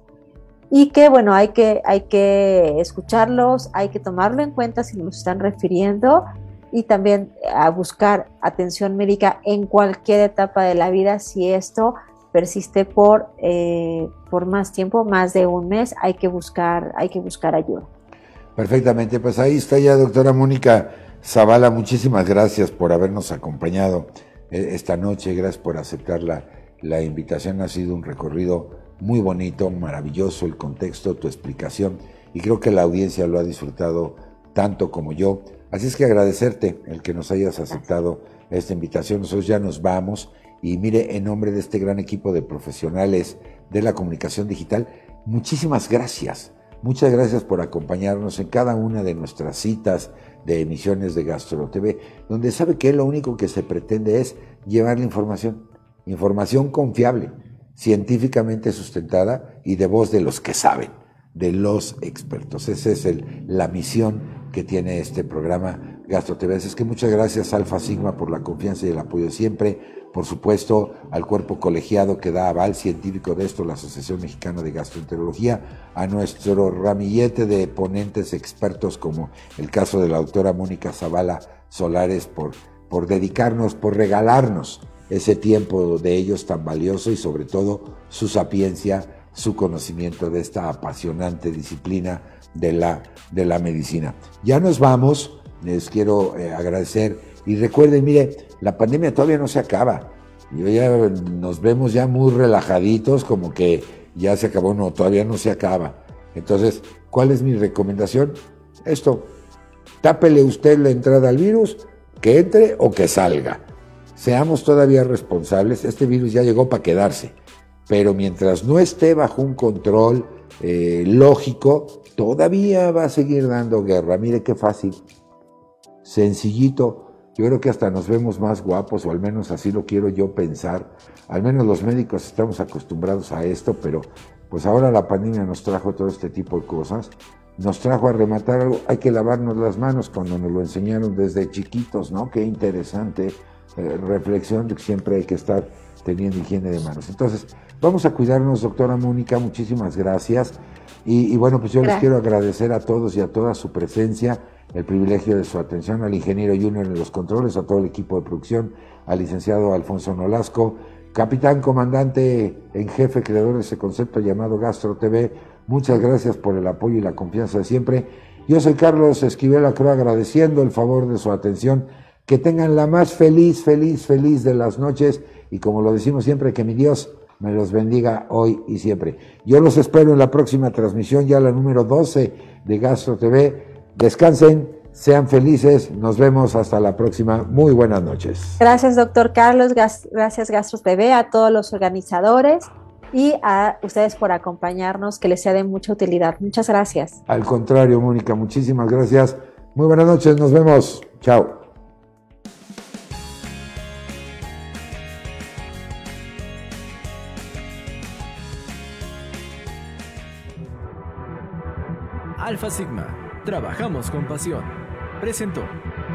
C: y que, bueno, hay que, hay que escucharlos, hay que tomarlo en cuenta si nos están refiriendo y también a buscar atención médica en cualquier etapa de la vida. Si esto persiste por, eh, por más tiempo, más de un mes, hay que buscar, hay que buscar ayuda.
A: Perfectamente, pues ahí está ya, doctora Mónica Zavala, muchísimas gracias por habernos acompañado esta noche, gracias por aceptar la, la invitación. Ha sido un recorrido muy bonito, maravilloso el contexto, tu explicación, y creo que la audiencia lo ha disfrutado tanto como yo. Así es que agradecerte el que nos hayas aceptado esta invitación. Nosotros ya nos vamos y mire, en nombre de este gran equipo de profesionales de la comunicación digital, muchísimas gracias. Muchas gracias por acompañarnos en cada una de nuestras citas de emisiones de Gastro T V, donde sabe que lo único que se pretende es llevar la información, información confiable, científicamente sustentada y de voz de los que saben, de los expertos. Esa es el, la misión que tiene este programa Gastro T V. Es que muchas gracias Alfa Sigma por la confianza y el apoyo siempre. Por supuesto, al cuerpo colegiado que da aval científico de esto, la Asociación Mexicana de Gastroenterología, a nuestro ramillete de ponentes expertos, como el caso de la doctora Mónica Zavala Solares, por, por dedicarnos, por regalarnos ese tiempo de ellos tan valioso y sobre todo su sapiencia, su conocimiento de esta apasionante disciplina de la, de la medicina. Ya nos vamos, les quiero eh, agradecer. Y recuerden, mire, la pandemia todavía no se acaba. Yo ya nos vemos ya muy relajaditos, como que ya se acabó. No, todavía no se acaba. Entonces, ¿cuál es mi recomendación? Esto, tápele usted la entrada al virus, que entre o que salga. Seamos todavía responsables. Este virus ya llegó para quedarse. pero mientras no esté bajo un control eh, lógico, todavía va a seguir dando guerra. Mire qué fácil, sencillito. Yo creo que hasta nos vemos más guapos, o al menos así lo quiero yo pensar. Al menos los médicos estamos acostumbrados a esto, pero pues ahora la pandemia nos trajo todo este tipo de cosas. Nos trajo a rematar algo. Hay que lavarnos las manos, cuando nos lo enseñaron desde chiquitos, ¿no? Qué interesante eh, reflexión de que siempre hay que estar teniendo higiene de manos. Entonces, vamos a cuidarnos, doctora Mónica, muchísimas gracias. Y, y bueno, pues yo gracias. Les quiero agradecer a todos y a toda su presencia, el privilegio de su atención, al ingeniero Junior en los controles, a todo el equipo de producción, al licenciado Alfonso Nolasco, capitán, comandante en jefe, creador de ese concepto llamado Gastro T V. Muchas gracias por el apoyo y la confianza de siempre. Yo soy Carlos Esquivel Acro, agradeciendo el favor de su atención. Que tengan la más feliz, feliz, feliz de las noches, y como lo decimos siempre, que mi Dios me los bendiga hoy y siempre. Yo los espero en la próxima transmisión, ya la número doce de Gastro T V. Descansen, sean felices, nos vemos hasta la próxima. Muy buenas noches.
C: Gracias, doctor Carlos, gracias Gastro T V, a todos los organizadores y a ustedes por acompañarnos, que les sea de mucha utilidad. Muchas gracias.
A: Al contrario, Mónica, muchísimas gracias. Muy buenas noches, nos vemos. Chao.
B: Alfa Sigma, trabajamos con pasión. Presentó.